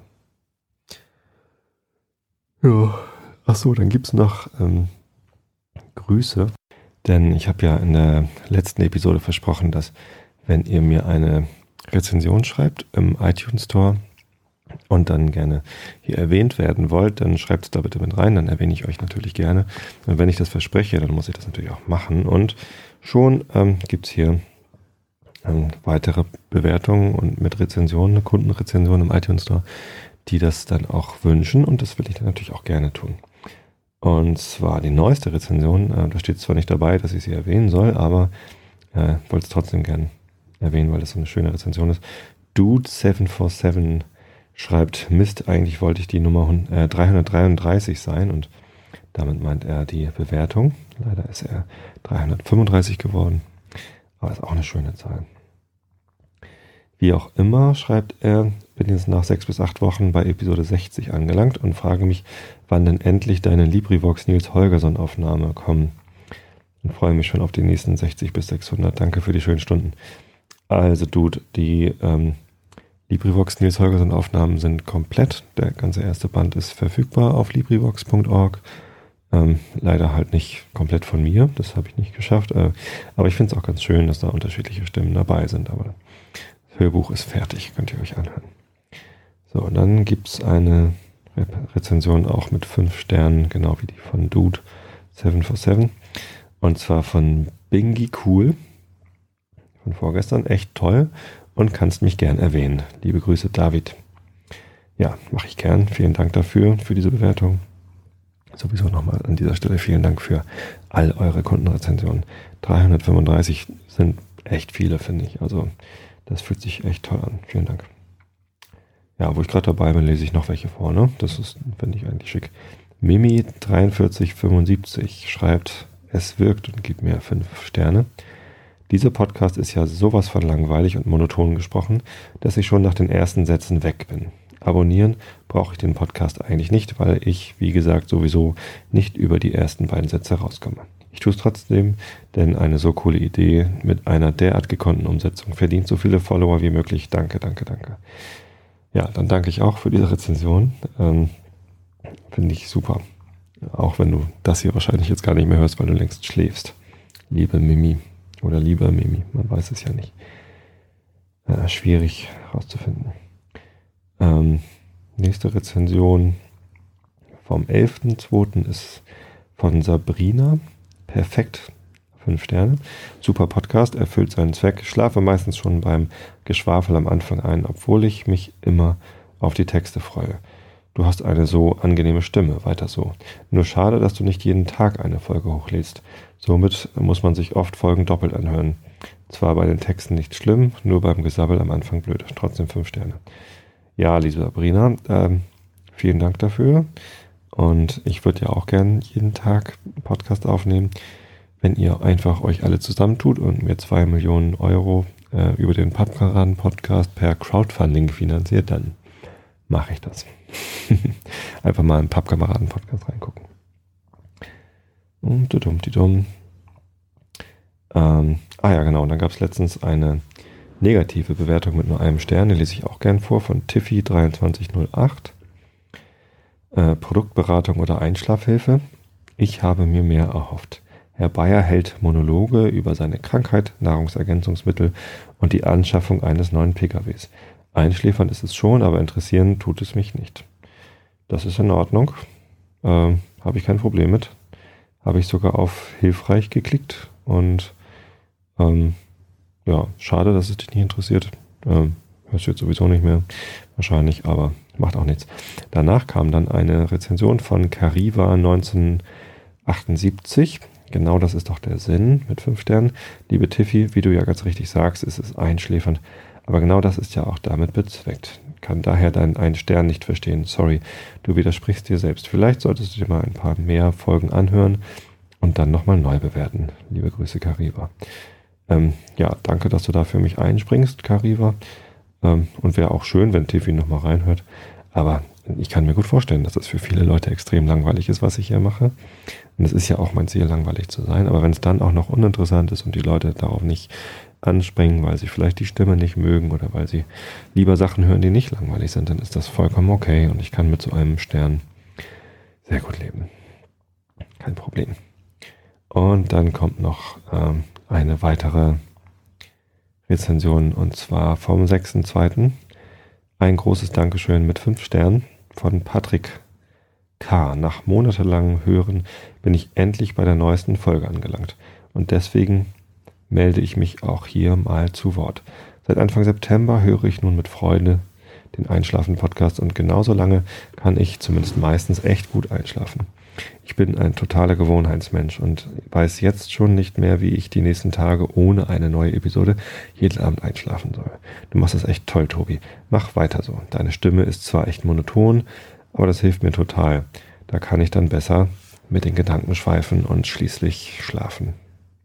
Ja, ach so, dann gibt es noch ähm, Grüße. Denn ich habe ja in der letzten Episode versprochen, dass wenn ihr mir eine Rezension schreibt im iTunes Store und dann gerne hier erwähnt werden wollt, dann schreibt es da bitte mit rein, dann erwähne ich euch natürlich gerne. Und wenn ich das verspreche, dann muss ich das natürlich auch machen. Und schon ähm, gibt es hier ähm, weitere Bewertungen und mit Rezensionen, Kundenrezensionen im iTunes Store, die das dann auch wünschen und das will ich dann natürlich auch gerne tun. Und zwar die neueste Rezension, äh, da steht zwar nicht dabei, dass ich sie erwähnen soll, aber äh, wollte es trotzdem gerne erwähnen, weil das so eine schöne Rezension ist. Dude sieben vier sieben schreibt, Mist, eigentlich wollte ich die Nummer äh, dreihundertdreiunddreißig sein und damit meint er die Bewertung. Leider ist er dreihundertfünfunddreißig geworden, aber ist auch eine schöne Zahl. Wie auch immer, schreibt er, bin jetzt nach sechs bis acht Wochen bei Episode sechzig angelangt und frage mich, wann denn endlich deine LibriVox Nils Holgersson Aufnahme kommen. Und freue mich schon auf die nächsten sechzig bis sechshundert. Danke für die schönen Stunden. Also Dude, die ähm, LibriVox Nils Holgersson Aufnahmen sind komplett. Der ganze erste Band ist verfügbar auf LibriVox punkt org. Ähm, leider halt nicht komplett von mir, das habe ich nicht geschafft. Äh, aber ich finde es auch ganz schön, dass da unterschiedliche Stimmen dabei sind. Aber das Hörbuch ist fertig, könnt ihr euch anhören. So, und dann gibt es eine Re- Rezension auch mit fünf Sternen, genau wie die von Dude sieben vier sieben. Und zwar von Bingy Cool. Von vorgestern. Echt toll. Und kannst mich gern erwähnen. Liebe Grüße, David. Ja, mache ich gern. Vielen Dank dafür, für diese Bewertung. Sowieso nochmal an dieser Stelle vielen Dank für all eure Kundenrezensionen. dreihundertfünfunddreißig sind echt viele, finde ich. Also das fühlt sich echt toll an. Vielen Dank. Ja, wo ich gerade dabei bin, lese ich noch welche vor. Ne? Das ist, finde ich eigentlich schick. Mimi dreiundvierzig fünfundsiebzig schreibt, es wirkt und gibt mir fünf Sterne. Dieser Podcast ist ja sowas von langweilig und monoton gesprochen, dass ich schon nach den ersten Sätzen weg bin. Abonnieren brauche ich den Podcast eigentlich nicht, weil ich, wie gesagt, sowieso nicht über die ersten beiden Sätze rauskomme. Ich tue es trotzdem, denn eine so coole Idee mit einer derart gekonnten Umsetzung verdient so viele Follower wie möglich. Danke, danke, danke. Ja, dann danke ich auch für diese Rezension. Ähm, finde ich super. Auch wenn du das hier wahrscheinlich jetzt gar nicht mehr hörst, weil du längst schläfst. Liebe Mimi. Oder lieber Mimi, man weiß es ja nicht. Äh, schwierig herauszufinden. Ähm, nächste Rezension vom elften zweiten ist von Sabrina. Perfekt. Fünf Sterne. Super Podcast, erfüllt seinen Zweck. Schlafe meistens schon beim Geschwafel am Anfang ein, obwohl ich mich immer auf die Texte freue. Du hast eine so angenehme Stimme, weiter so. Nur schade, dass du nicht jeden Tag eine Folge hochlädst. Somit muss man sich oft Folgen doppelt anhören. Zwar bei den Texten nicht schlimm, nur beim Gesabbel am Anfang blöd. Trotzdem fünf Sterne. Ja, liebe Sabrina, ähm, vielen Dank dafür. Und ich würde ja auch gern jeden Tag einen Podcast aufnehmen. Wenn ihr einfach euch alle zusammentut und mir zwei Millionen Euro äh, über den Pappkameraden-Podcast per Crowdfunding finanziert, dann mache ich das. Einfach mal im Pappkameraden-Podcast reingucken. Und dumm, die dumm. Ähm, ah ja, genau. Und dann gab es letztens eine negative Bewertung mit nur einem Stern. Die lese ich auch gern vor, von Tiffy dreiundzwanzig null acht. Äh, Produktberatung oder Einschlafhilfe. Ich habe mir mehr erhofft. Herr Bayer hält Monologe über seine Krankheit, Nahrungsergänzungsmittel und die Anschaffung eines neuen P K Ws. Einschläfern ist es schon, aber interessieren tut es mich nicht. Das ist in Ordnung. Ähm, habe ich kein Problem mit. Habe ich sogar auf hilfreich geklickt und ähm, ja, schade, dass es dich nicht interessiert. Ähm, hörst du jetzt sowieso nicht mehr wahrscheinlich, aber macht auch nichts. Danach kam dann eine Rezension von Cariva neunzehnhundertachtundsiebzig. genau das ist doch der Sinn mit fünf Sternen. Liebe Tiffy, wie du ja ganz richtig sagst, ist es einschläfernd. Aber genau das ist ja auch damit bezweckt. Kann daher deinen einen Stern nicht verstehen. Sorry, du widersprichst dir selbst. Vielleicht solltest du dir mal ein paar mehr Folgen anhören und dann nochmal neu bewerten. Liebe Grüße, Kariva. Ähm, ja, danke, dass du da für mich einspringst, Kariva. Ähm, und wäre auch schön, wenn Tiffy nochmal reinhört. Aber ich kann mir gut vorstellen, dass es für viele Leute extrem langweilig ist, was ich hier mache. Und es ist ja auch mein Ziel, langweilig zu sein. Aber wenn es dann auch noch uninteressant ist und die Leute darauf nicht anspringen, weil sie vielleicht die Stimme nicht mögen oder weil sie lieber Sachen hören, die nicht langweilig sind, dann ist das vollkommen okay. Und ich kann mit so einem Stern sehr gut leben. Kein Problem. Und dann kommt noch ähm, eine weitere Rezension und zwar vom sechsten zweiten Ein großes Dankeschön mit fünf Sternen von Patrick K. Nach monatelangem Hören bin ich endlich bei der neuesten Folge angelangt und deswegen melde ich mich auch hier mal zu Wort. Seit Anfang September höre ich nun mit Freude den Einschlafen-Podcast und genauso lange kann ich zumindest meistens echt gut einschlafen. Ich bin ein totaler Gewohnheitsmensch und weiß jetzt schon nicht mehr, wie ich die nächsten Tage ohne eine neue Episode jeden Abend einschlafen soll. Du machst das echt toll, Tobi. Mach weiter so. Deine Stimme ist zwar echt monoton, aber das hilft mir total. Da kann ich dann besser mit den Gedanken schweifen und schließlich schlafen.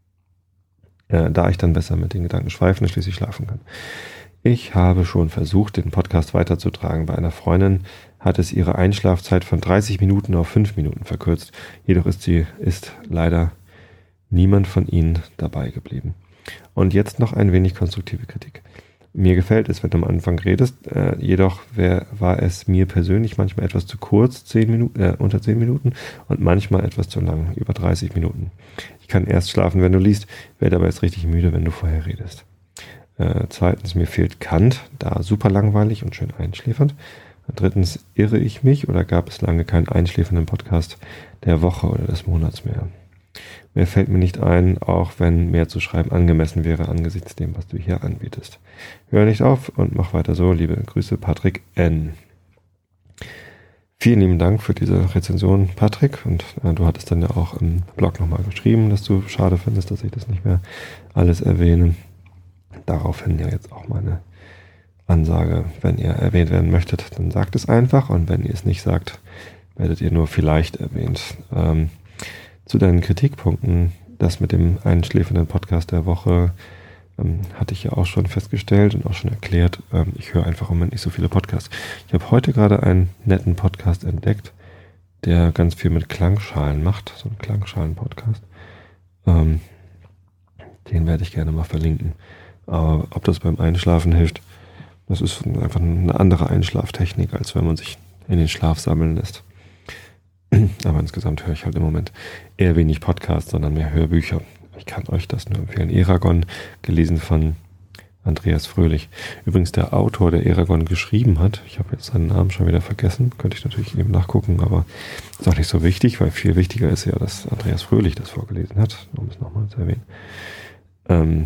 Äh, da ich dann besser mit den Gedanken schweifen und schließlich schlafen kann. Ich habe schon versucht, den Podcast weiterzutragen. Bei einer Freundin hat es ihre Einschlafzeit von dreißig Minuten auf fünf Minuten verkürzt. Jedoch ist sie ist leider niemand von ihnen dabei geblieben. Und jetzt noch ein wenig konstruktive Kritik. Mir gefällt es, wenn du am Anfang redest, äh, jedoch wär, war es mir persönlich manchmal etwas zu kurz, zehn Minuten, äh, unter zehn Minuten und manchmal etwas zu lang, über dreißig Minuten. Ich kann erst schlafen, wenn du liest, werde aber erst richtig müde, wenn du vorher redest. Äh, zweitens, mir fehlt Kant, da super langweilig und schön einschläfernd. Drittens, irre ich mich oder gab es lange keinen einschläfernden Podcast der Woche oder des Monats mehr? Mehr fällt mir nicht ein, auch wenn mehr zu schreiben angemessen wäre angesichts dem, was du hier anbietest. Hör nicht auf und mach weiter so. Liebe Grüße, Patrick N. Vielen lieben Dank für diese Rezension, Patrick. Und äh, du hattest dann ja auch im Blog nochmal geschrieben, dass du schade findest, dass ich das nicht mehr alles erwähne. Daraufhin ja jetzt auch meine Ansage, wenn ihr erwähnt werden möchtet, dann sagt es einfach und wenn ihr es nicht sagt, werdet ihr nur vielleicht erwähnt. Ähm, zu deinen Kritikpunkten, das mit dem einschläfernden Podcast der Woche, ähm, hatte ich ja auch schon festgestellt und auch schon erklärt. Ähm, ich höre einfach im Moment nicht so viele Podcasts. Ich habe heute gerade einen netten Podcast entdeckt, der ganz viel mit Klangschalen macht, so ein Klangschalen-Podcast. Ähm, den werde ich gerne mal verlinken. Aber ob das beim Einschlafen hilft, das ist einfach eine andere Einschlaftechnik, als wenn man sich in den Schlaf sammeln lässt. Aber insgesamt höre ich halt im Moment eher wenig Podcasts, sondern mehr Hörbücher. Ich kann euch das nur empfehlen. Eragon, gelesen von Andreas Fröhlich. Übrigens der Autor, der Eragon geschrieben hat, ich habe jetzt seinen Namen schon wieder vergessen, könnte ich natürlich eben nachgucken, aber ist auch nicht so wichtig, weil viel wichtiger ist ja, dass Andreas Fröhlich das vorgelesen hat, um es nochmal zu erwähnen. Ähm,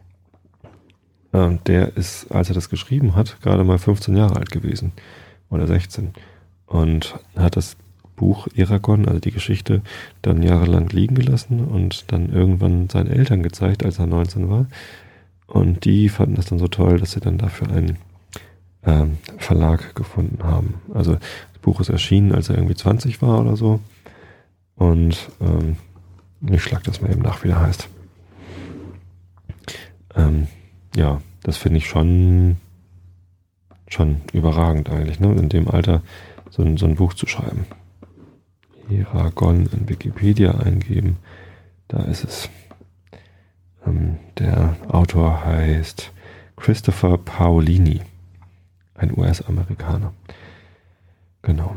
Der ist, als er das geschrieben hat, gerade mal fünfzehn Jahre alt gewesen oder sechzehn und hat das Buch Eragon, also die Geschichte, dann jahrelang liegen gelassen und dann irgendwann seinen Eltern gezeigt, als er neunzehn war und die fanden das dann so toll, dass sie dann dafür einen ähm, Verlag gefunden haben. Also das Buch ist erschienen, als er irgendwie zwanzig war oder so und ähm, ich schlag das mal eben nach, wie der heißt. Ähm, Ja, das finde ich schon schon überragend eigentlich, ne? In dem Alter so ein, so ein Buch zu schreiben. Eragon in Wikipedia eingeben, da ist es. Ähm, der Autor heißt Christopher Paolini, ein U S-Amerikaner. Genau.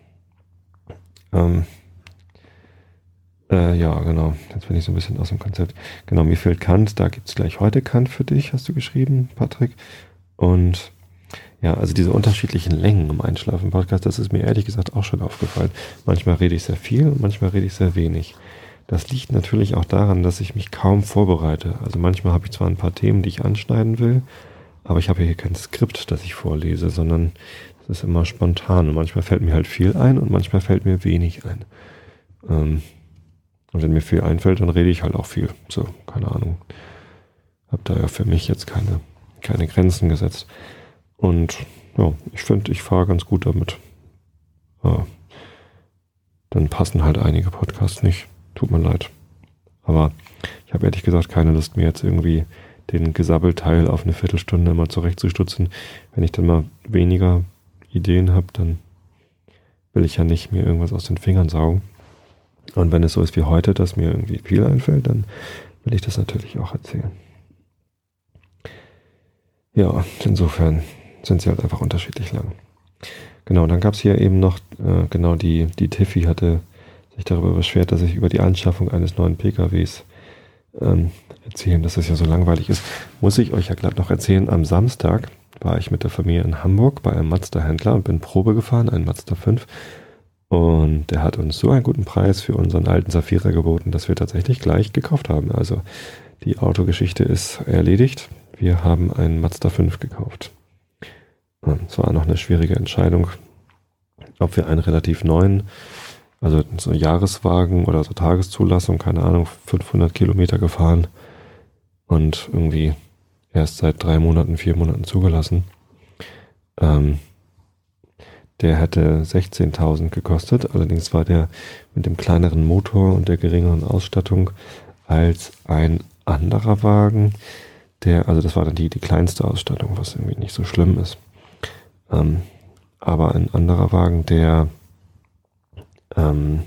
Ähm, Äh, ja, genau. Jetzt bin ich so ein bisschen aus dem Konzept. Genau, mir fehlt Kant. Da gibt's gleich heute Kant für dich, hast du geschrieben, Patrick. Und ja, also diese unterschiedlichen Längen im Einschlafen-Podcast, das ist mir ehrlich gesagt auch schon aufgefallen. Manchmal rede ich sehr viel und manchmal rede ich sehr wenig. Das liegt natürlich auch daran, dass ich mich kaum vorbereite. Also manchmal habe ich zwar ein paar Themen, die ich anschneiden will, aber ich habe hier kein Skript, das ich vorlese, sondern es ist immer spontan. Und manchmal fällt mir halt viel ein und manchmal fällt mir wenig ein. Ähm, Und wenn mir viel einfällt, dann rede ich halt auch viel. So, keine Ahnung. Hab da ja für mich jetzt keine, keine Grenzen gesetzt. Und ja, ich finde, ich fahre ganz gut damit. Ja, dann passen halt einige Podcasts nicht. Tut mir leid. Aber ich habe ehrlich gesagt keine Lust, mir jetzt irgendwie den Gesabbelteil auf eine Viertelstunde mal zurechtzustutzen. Wenn ich dann mal weniger Ideen habe, dann will ich ja nicht mir irgendwas aus den Fingern saugen. Und wenn es so ist wie heute, dass mir irgendwie viel einfällt, dann will ich das natürlich auch erzählen. Ja, insofern sind sie halt einfach unterschiedlich lang. Genau, dann gab es hier eben noch, äh, genau die, die Tiffy hatte sich darüber beschwert, dass ich über die Anschaffung eines neuen P K Ws ähm, erzählen, dass das ja so langweilig ist. Muss ich euch ja glatt noch erzählen, am Samstag war ich mit der Familie in Hamburg bei einem Mazda-Händler und bin Probe gefahren, einen Mazda fünf. Und der hat uns so einen guten Preis für unseren alten Safira geboten, dass wir tatsächlich gleich gekauft haben. Also die Autogeschichte ist erledigt. Wir haben einen Mazda fünf gekauft. Es war noch eine schwierige Entscheidung, ob wir einen relativ neuen, also so Jahreswagen oder so Tageszulassung, keine Ahnung, fünfhundert Kilometer gefahren und irgendwie erst seit drei Monaten, vier Monaten zugelassen. Ähm, der hätte sechzehntausend gekostet, allerdings war der mit dem kleineren Motor und der geringeren Ausstattung als ein anderer Wagen, der, also das war dann die, die kleinste Ausstattung, was irgendwie nicht so schlimm ist. Ähm, aber ein anderer Wagen, der ähm,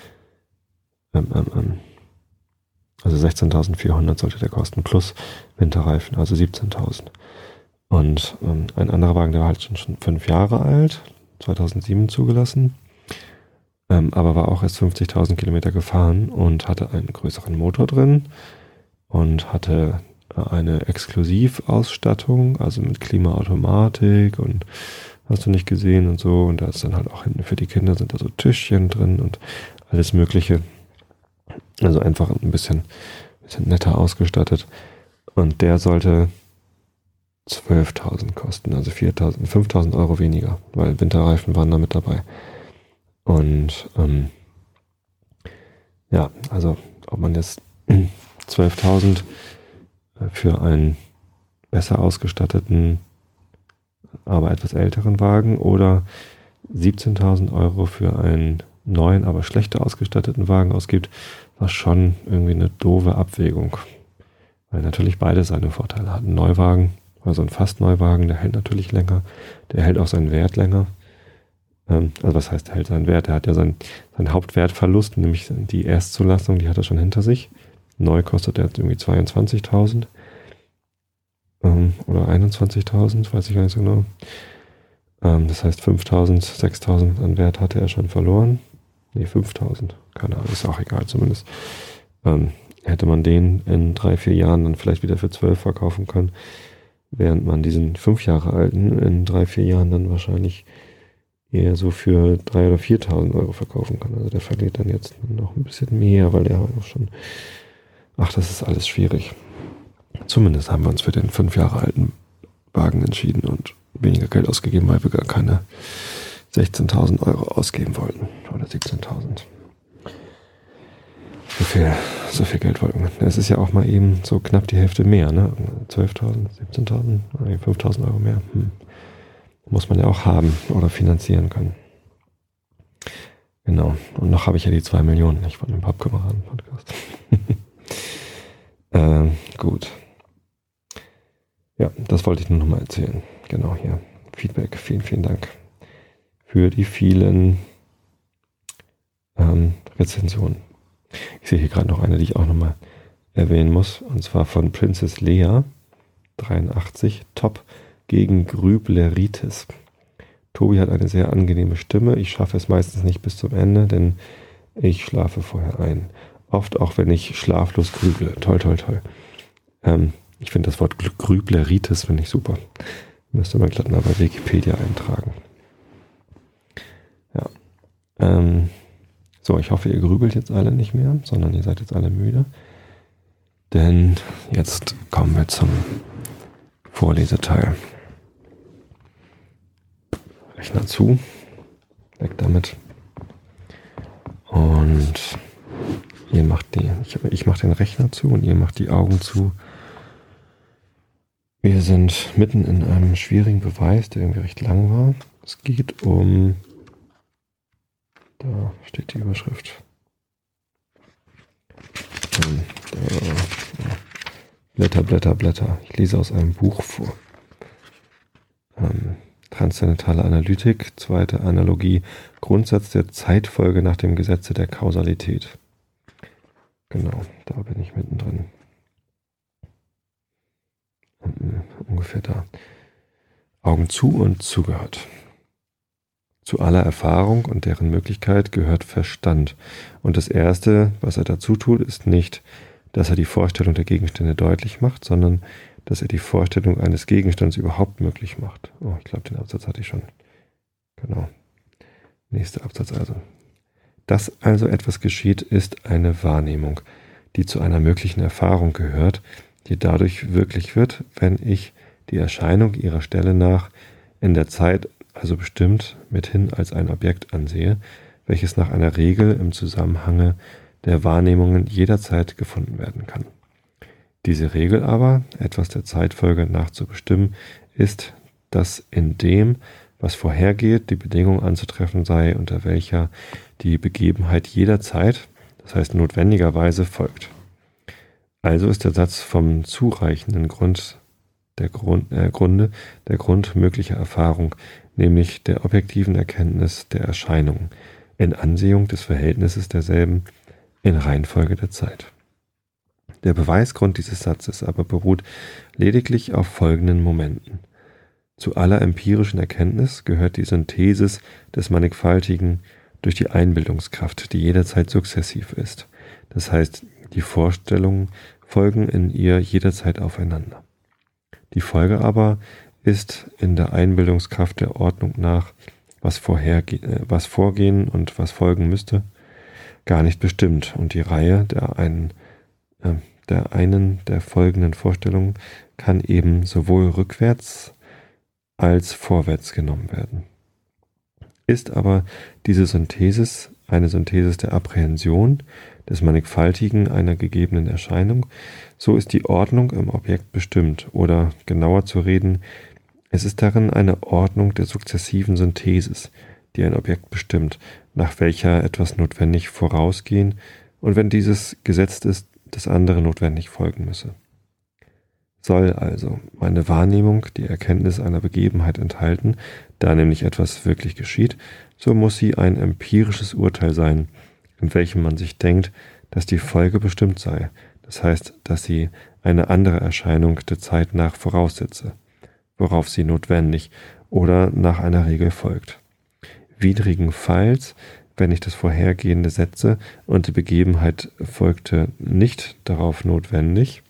ähm, ähm, also sechzehntausendvierhundert sollte der kosten, plus Winterreifen, also siebzehntausend. Und ähm, ein anderer Wagen, der war halt schon, schon fünf Jahre alt, zweitausendsieben zugelassen, ähm, aber war auch erst fünfzigtausend Kilometer gefahren und hatte einen größeren Motor drin und hatte eine Exklusivausstattung, also mit Klimaautomatik und hast du nicht gesehen und so. Und da ist dann halt auch hinten für die Kinder sind da so Tischchen drin und alles Mögliche. Also einfach ein bisschen, bisschen netter ausgestattet. Und der sollte zwölftausend kosten, also viertausend, fünftausend Euro weniger, weil Winterreifen waren da mit dabei. Und ähm, ja, also ob man jetzt zwölftausend für einen besser ausgestatteten, aber etwas älteren Wagen oder siebzehntausend Euro für einen neuen, aber schlechter ausgestatteten Wagen ausgibt, war schon irgendwie eine doofe Abwägung. Weil natürlich beide seine Vorteile hatten. Ein Neuwagen, also ein fast Neuwagen, der hält natürlich länger, der hält auch seinen Wert länger. Ähm, also was heißt, der hält seinen Wert? Der hat ja seinen, seinen Hauptwertverlust, nämlich die Erstzulassung, die hat er schon hinter sich. Neu kostet er jetzt irgendwie zweiundzwanzigtausend ähm, oder einundzwanzigtausend, weiß ich gar nicht so genau. Ähm, das heißt fünftausend, sechstausend an Wert hatte er schon verloren. Nee, fünftausend, keine Ahnung, ist auch egal zumindest. Ähm, hätte man den in drei, vier Jahren dann vielleicht wieder für zwölf verkaufen können, während man diesen fünf Jahre alten in drei, vier Jahren dann wahrscheinlich eher so für dreitausend oder viertausend Euro verkaufen kann. Also der verliert dann jetzt noch ein bisschen mehr, weil der auch schon... Ach, das ist alles schwierig. Zumindest haben wir uns für den fünf Jahre alten Wagen entschieden und weniger Geld ausgegeben, weil wir gar keine sechzehntausend Euro ausgeben wollten. Oder siebzehntausend. So viel, so viel Geld wollten wir. Es ist ja auch mal eben so knapp die Hälfte mehr, ne? zwölftausend, siebzehntausend, fünftausend Euro mehr. Hm. Muss man ja auch haben oder finanzieren können. Genau. Und noch habe ich ja die zwei Millionen nicht von dem Pappkameraden-Podcast. ähm, gut. Ja, das wollte ich nur noch mal erzählen. Genau hier. Feedback. Vielen, vielen Dank für die vielen ähm, Rezensionen. Ich sehe hier gerade noch eine, die ich auch noch mal erwähnen muss. Und zwar von Princess Lea dreiundachtzig. Top gegen Grübleritis. Tobi hat eine sehr angenehme Stimme. Ich schaffe es meistens nicht bis zum Ende, denn ich schlafe vorher ein. Oft auch, wenn ich schlaflos grüble. Toll, toll, toll. Ähm, ich finde das Wort Grübleritis finde ich super. Müsste man glatt mal bei Wikipedia eintragen. Ja. Ähm, so, ich hoffe, ihr grübelt jetzt alle nicht mehr, sondern ihr seid jetzt alle müde. Denn jetzt kommen wir zum Vorleseteil. Rechner zu. Weg damit. Und Ihr macht die, ich, ich mache den Rechner zu und ihr macht die Augen zu. Wir sind mitten in einem schwierigen Beweis, der irgendwie recht lang war. Es geht um, da steht die Überschrift. Ähm, da, ja. Blätter, Blätter, Blätter. Ich lese aus einem Buch vor. Ähm, Transzendentale Analytik, zweite Analogie, Grundsatz der Zeitfolge nach dem Gesetze der Kausalität. Genau, da bin ich mittendrin. Ungefähr da. Augen zu und zugehört. Zu aller Erfahrung und deren Möglichkeit gehört Verstand. Und das Erste, was er dazu tut, ist nicht, dass er die Vorstellung der Gegenstände deutlich macht, sondern dass er die Vorstellung eines Gegenstands überhaupt möglich macht. Oh, ich glaube, den Absatz hatte ich schon. Genau. Nächster Absatz also. Dass also etwas geschieht, ist eine Wahrnehmung, die zu einer möglichen Erfahrung gehört, die dadurch wirklich wird, wenn ich die Erscheinung ihrer Stelle nach in der Zeit, also bestimmt, mithin als ein Objekt ansehe, welches nach einer Regel im Zusammenhange der Wahrnehmungen jederzeit gefunden werden kann. Diese Regel aber, etwas der Zeitfolge nach zu bestimmen, ist, dass in dem, was vorhergeht, die Bedingung anzutreffen sei, unter welcher die Begebenheit jederzeit, das heißt notwendigerweise, folgt. Also ist der Satz vom zureichenden Grund der Grund, äh, Grunde der Grund möglicher Erfahrung, nämlich der objektiven Erkenntnis der Erscheinungen, in Ansehung des Verhältnisses derselben in Reihenfolge der Zeit. Der Beweisgrund dieses Satzes aber beruht lediglich auf folgenden Momenten. Zu aller empirischen Erkenntnis gehört die Synthesis des Mannigfaltigen durch die Einbildungskraft, die jederzeit sukzessiv ist. Das heißt, die Vorstellungen folgen in ihr jederzeit aufeinander. Die Folge aber ist in der Einbildungskraft der Ordnung nach, was, vorherge- was vorgehen und was folgen müsste, gar nicht bestimmt, und die Reihe der einen, äh, der einen der folgenden Vorstellungen kann eben sowohl rückwärts als vorwärts genommen werden. Ist aber diese Synthesis eine Synthesis der Apprehension, des Mannigfaltigen einer gegebenen Erscheinung, so ist die Ordnung im Objekt bestimmt, oder genauer zu reden, es ist darin eine Ordnung der sukzessiven Synthesis, die ein Objekt bestimmt, nach welcher etwas notwendig vorausgehen und wenn dieses gesetzt ist, das andere notwendig folgen müsse. Soll also meine Wahrnehmung die Erkenntnis einer Begebenheit enthalten, da nämlich etwas wirklich geschieht, so muss sie ein empirisches Urteil sein, in welchem man sich denkt, dass die Folge bestimmt sei, das heißt, dass sie eine andere Erscheinung der Zeit nach voraussetze, worauf sie notwendig oder nach einer Regel folgt. Widrigenfalls, wenn ich das Vorhergehende setze und die Begebenheit folgte nicht darauf notwendig,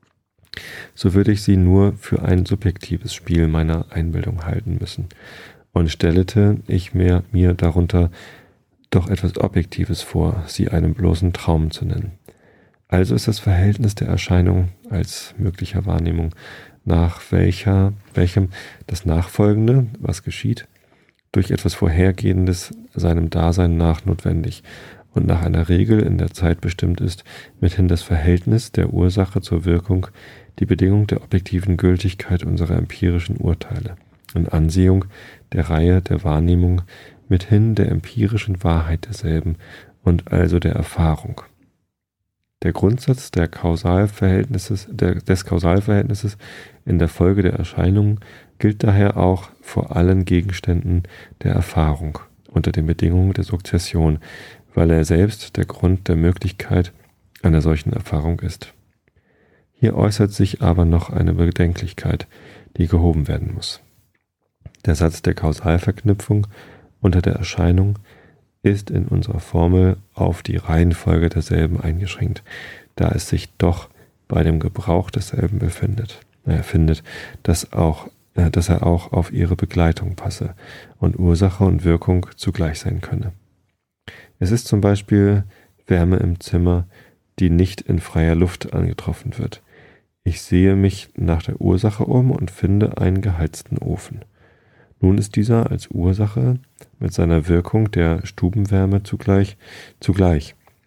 so würde ich sie nur für ein subjektives Spiel meiner Einbildung halten müssen und stellete ich mir, mir darunter doch etwas Objektives vor, sie einen bloßen Traum zu nennen. Also ist das Verhältnis der Erscheinung als möglicher Wahrnehmung, nach welcher, welchem das Nachfolgende, was geschieht, durch etwas Vorhergehendes seinem Dasein nach notwendig und nach einer Regel in der Zeit bestimmt ist, mithin das Verhältnis der Ursache zur Wirkung, die Bedingung der objektiven Gültigkeit unserer empirischen Urteile, in Ansehung der Reihe der Wahrnehmung, mithin der empirischen Wahrheit derselben und also der Erfahrung. Der Grundsatz der Kausalverhältnisses, der, des Kausalverhältnisses in der Folge der Erscheinungen gilt daher auch vor allen Gegenständen der Erfahrung unter den Bedingungen der Sukzession, weil er selbst der Grund der Möglichkeit einer solchen Erfahrung ist. Hier äußert sich aber noch eine Bedenklichkeit, die gehoben werden muss. Der Satz der Kausalverknüpfung unter der Erscheinung ist in unserer Formel auf die Reihenfolge derselben eingeschränkt, da es sich doch bei dem Gebrauch desselben befindet. Er findet, dass, auch, äh, dass er auch auf ihre Begleitung passe und Ursache und Wirkung zugleich sein könne. Es ist zum Beispiel Wärme im Zimmer, die nicht in freier Luft angetroffen wird. Ich sehe mich nach der Ursache um und finde einen geheizten Ofen. Nun ist dieser als Ursache mit seiner Wirkung der Stubenwärme zugleich, zugleich.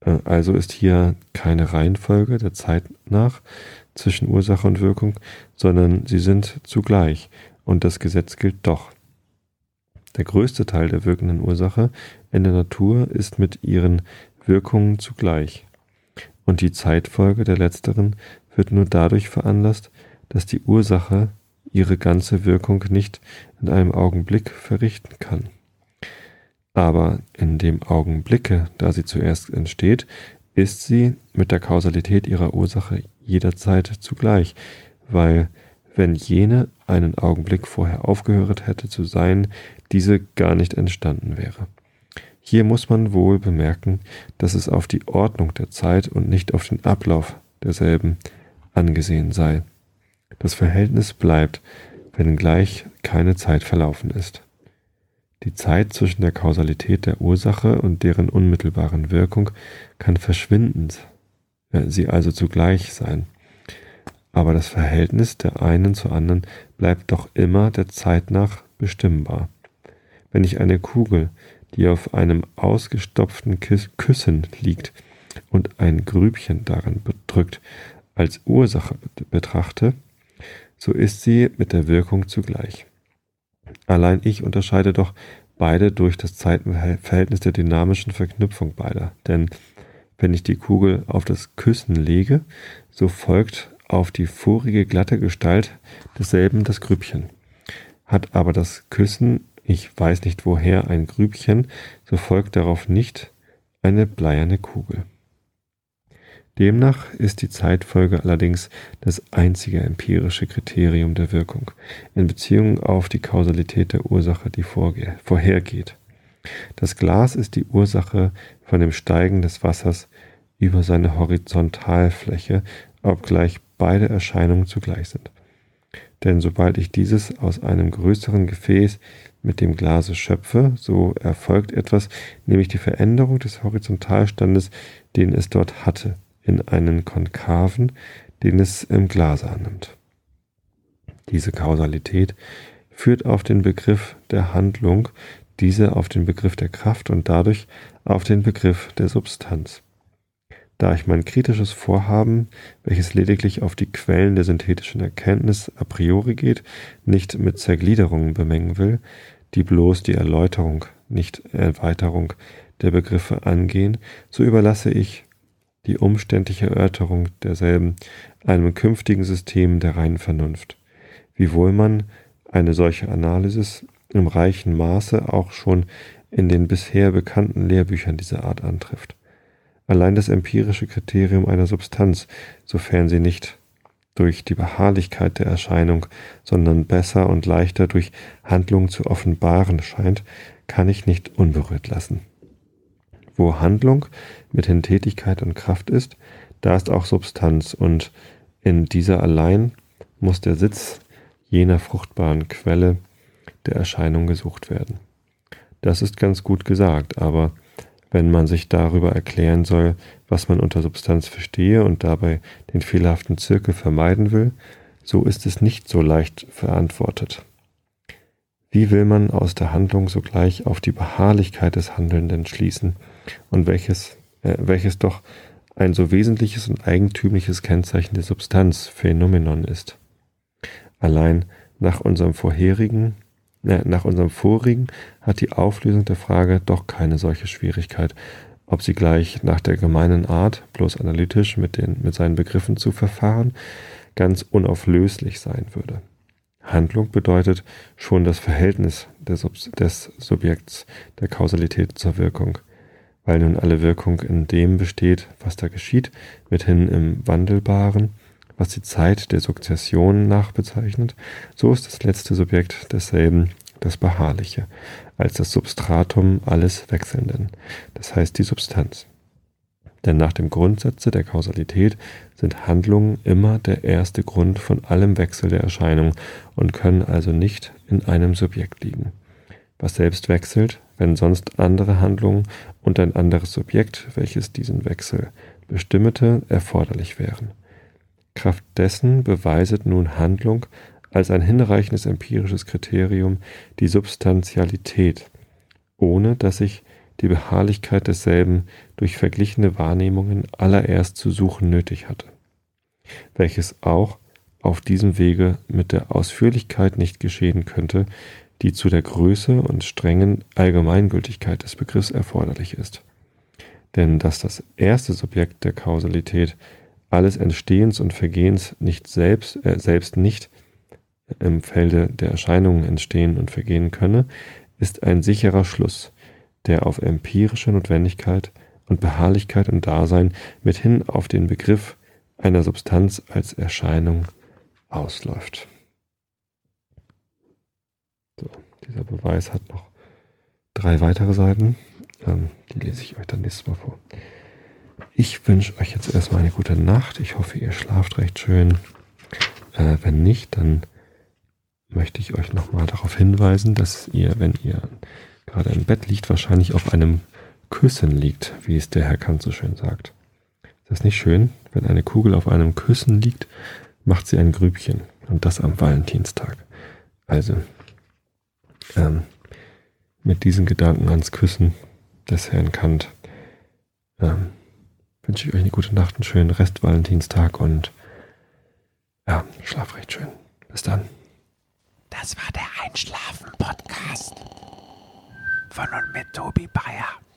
Also ist hier keine Reihenfolge der Zeit nach zwischen Ursache und Wirkung, sondern sie sind zugleich und das Gesetz gilt doch. Der größte Teil der wirkenden Ursache in der Natur ist mit ihren Wirkungen zugleich. Und die Zeitfolge der letzteren wird nur dadurch veranlasst, dass die Ursache ihre ganze Wirkung nicht in einem Augenblick verrichten kann. Aber in dem Augenblicke, da sie zuerst entsteht, ist sie mit der Kausalität ihrer Ursache jederzeit zugleich, weil, wenn jene einen Augenblick vorher aufgehört hätte zu sein, diese gar nicht entstanden wäre. Hier muss man wohl bemerken, dass es auf die Ordnung der Zeit und nicht auf den Ablauf derselben angesehen sei. Das Verhältnis bleibt, wenngleich keine Zeit verlaufen ist. Die Zeit zwischen der Kausalität der Ursache und deren unmittelbaren Wirkung kann verschwindend, sie also zugleich sein. Aber das Verhältnis der einen zur anderen bleibt doch immer der Zeit nach bestimmbar. Wenn ich eine Kugel, die auf einem ausgestopften Kissen liegt und ein Grübchen daran bedrückt, als Ursache betrachte, so ist sie mit der Wirkung zugleich. Allein ich unterscheide doch beide durch das Zeitverhältnis der dynamischen Verknüpfung beider. Denn wenn ich die Kugel auf das Kissen lege, so folgt auf die vorige glatte Gestalt desselben das Grübchen. Hat aber das Kissen, ich weiß nicht woher, ein Grübchen, so folgt darauf nicht eine bleierne Kugel. Demnach ist die Zeitfolge allerdings das einzige empirische Kriterium der Wirkung in Beziehung auf die Kausalität der Ursache, die vorge- vorhergeht. Das Glas ist die Ursache von dem Steigen des Wassers über seine Horizontalfläche, obgleich beide Erscheinungen zugleich sind. Denn sobald ich dieses aus einem größeren Gefäß mit dem Glase schöpfe, so erfolgt etwas, nämlich die Veränderung des Horizontalstandes, den es dort hatte, in einen konkaven, den es im Glase annimmt. Diese Kausalität führt auf den Begriff der Handlung, diese auf den Begriff der Kraft und dadurch auf den Begriff der Substanz. Da ich mein kritisches Vorhaben, welches lediglich auf die Quellen der synthetischen Erkenntnis a priori geht, nicht mit Zergliederungen bemengen will, die bloß die Erläuterung, nicht Erweiterung der Begriffe angehen, so überlasse ich die umständliche Erörterung derselben einem künftigen System der reinen Vernunft, wiewohl man eine solche Analysis im reichen Maße auch schon in den bisher bekannten Lehrbüchern dieser Art antrifft. Allein das empirische Kriterium einer Substanz, sofern sie nicht durch die Beharrlichkeit der Erscheinung, sondern besser und leichter durch Handlung zu offenbaren scheint, kann ich nicht unberührt lassen. Wo Handlung mithin Tätigkeit und Kraft ist, da ist auch Substanz, und in dieser allein muss der Sitz jener fruchtbaren Quelle der Erscheinung gesucht werden. Das ist ganz gut gesagt, aber wenn man sich darüber erklären soll, was man unter Substanz verstehe und dabei den fehlerhaften Zirkel vermeiden will, so ist es nicht so leicht verantwortet. Wie will man aus der Handlung sogleich auf die Beharrlichkeit des Handelnden schließen, und welches, äh, welches doch ein so wesentliches und eigentümliches Kennzeichen der Substanz, Phänomenon ist? Allein nach unserem vorherigen Nach unserem vorigen hat die Auflösung der Frage doch keine solche Schwierigkeit, ob sie gleich nach der gemeinen Art, bloß analytisch mit, den, mit seinen Begriffen zu verfahren, ganz unauflöslich sein würde. Handlung bedeutet schon das Verhältnis des, des Subjekts der Kausalität zur Wirkung, weil nun alle Wirkung in dem besteht, was da geschieht, mithin im Wandelbaren, was die Zeit der Sukzession nachbezeichnet, so ist das letzte Subjekt desselben das Beharrliche, als das Substratum alles Wechselnden, das heißt die Substanz. Denn nach dem Grundsatze der Kausalität sind Handlungen immer der erste Grund von allem Wechsel der Erscheinung und können also nicht in einem Subjekt liegen, was selbst wechselt, wenn sonst andere Handlungen und ein anderes Subjekt, welches diesen Wechsel bestimmete, erforderlich wären. Kraft dessen beweiset nun Handlung als ein hinreichendes empirisches Kriterium die Substantialität, ohne dass ich die Beharrlichkeit desselben durch verglichene Wahrnehmungen allererst zu suchen nötig hatte, welches auch auf diesem Wege mit der Ausführlichkeit nicht geschehen könnte, die zu der Größe und strengen Allgemeingültigkeit des Begriffs erforderlich ist. Denn dass das erste Subjekt der Kausalität alles Entstehens und Vergehens nicht selbst, äh, selbst nicht im Felde der Erscheinungen entstehen und vergehen könne, ist ein sicherer Schluss, der auf empirische Notwendigkeit und Beharrlichkeit im Dasein mithin auf den Begriff einer Substanz als Erscheinung ausläuft. So, dieser Beweis hat noch drei weitere Seiten. Ähm, die lese ich euch dann nächstes Mal vor. Ich wünsche euch jetzt erstmal eine gute Nacht. Ich hoffe, ihr schlaft recht schön. Äh, wenn nicht, dann möchte ich euch nochmal darauf hinweisen, dass ihr, wenn ihr gerade im Bett liegt, wahrscheinlich auf einem Küssen liegt, wie es der Herr Kant so schön sagt. Ist das nicht schön? Wenn eine Kugel auf einem Küssen liegt, macht sie ein Grübchen. Und das am Valentinstag. Also, ähm, mit diesen Gedanken ans Küssen des Herrn Kant ähm, wünsche ich euch eine gute Nacht, einen schönen Rest Valentinstag und ja, schlaf recht schön. Bis dann. Das war der Einschlafen-Podcast von und mit Tobi Bayer.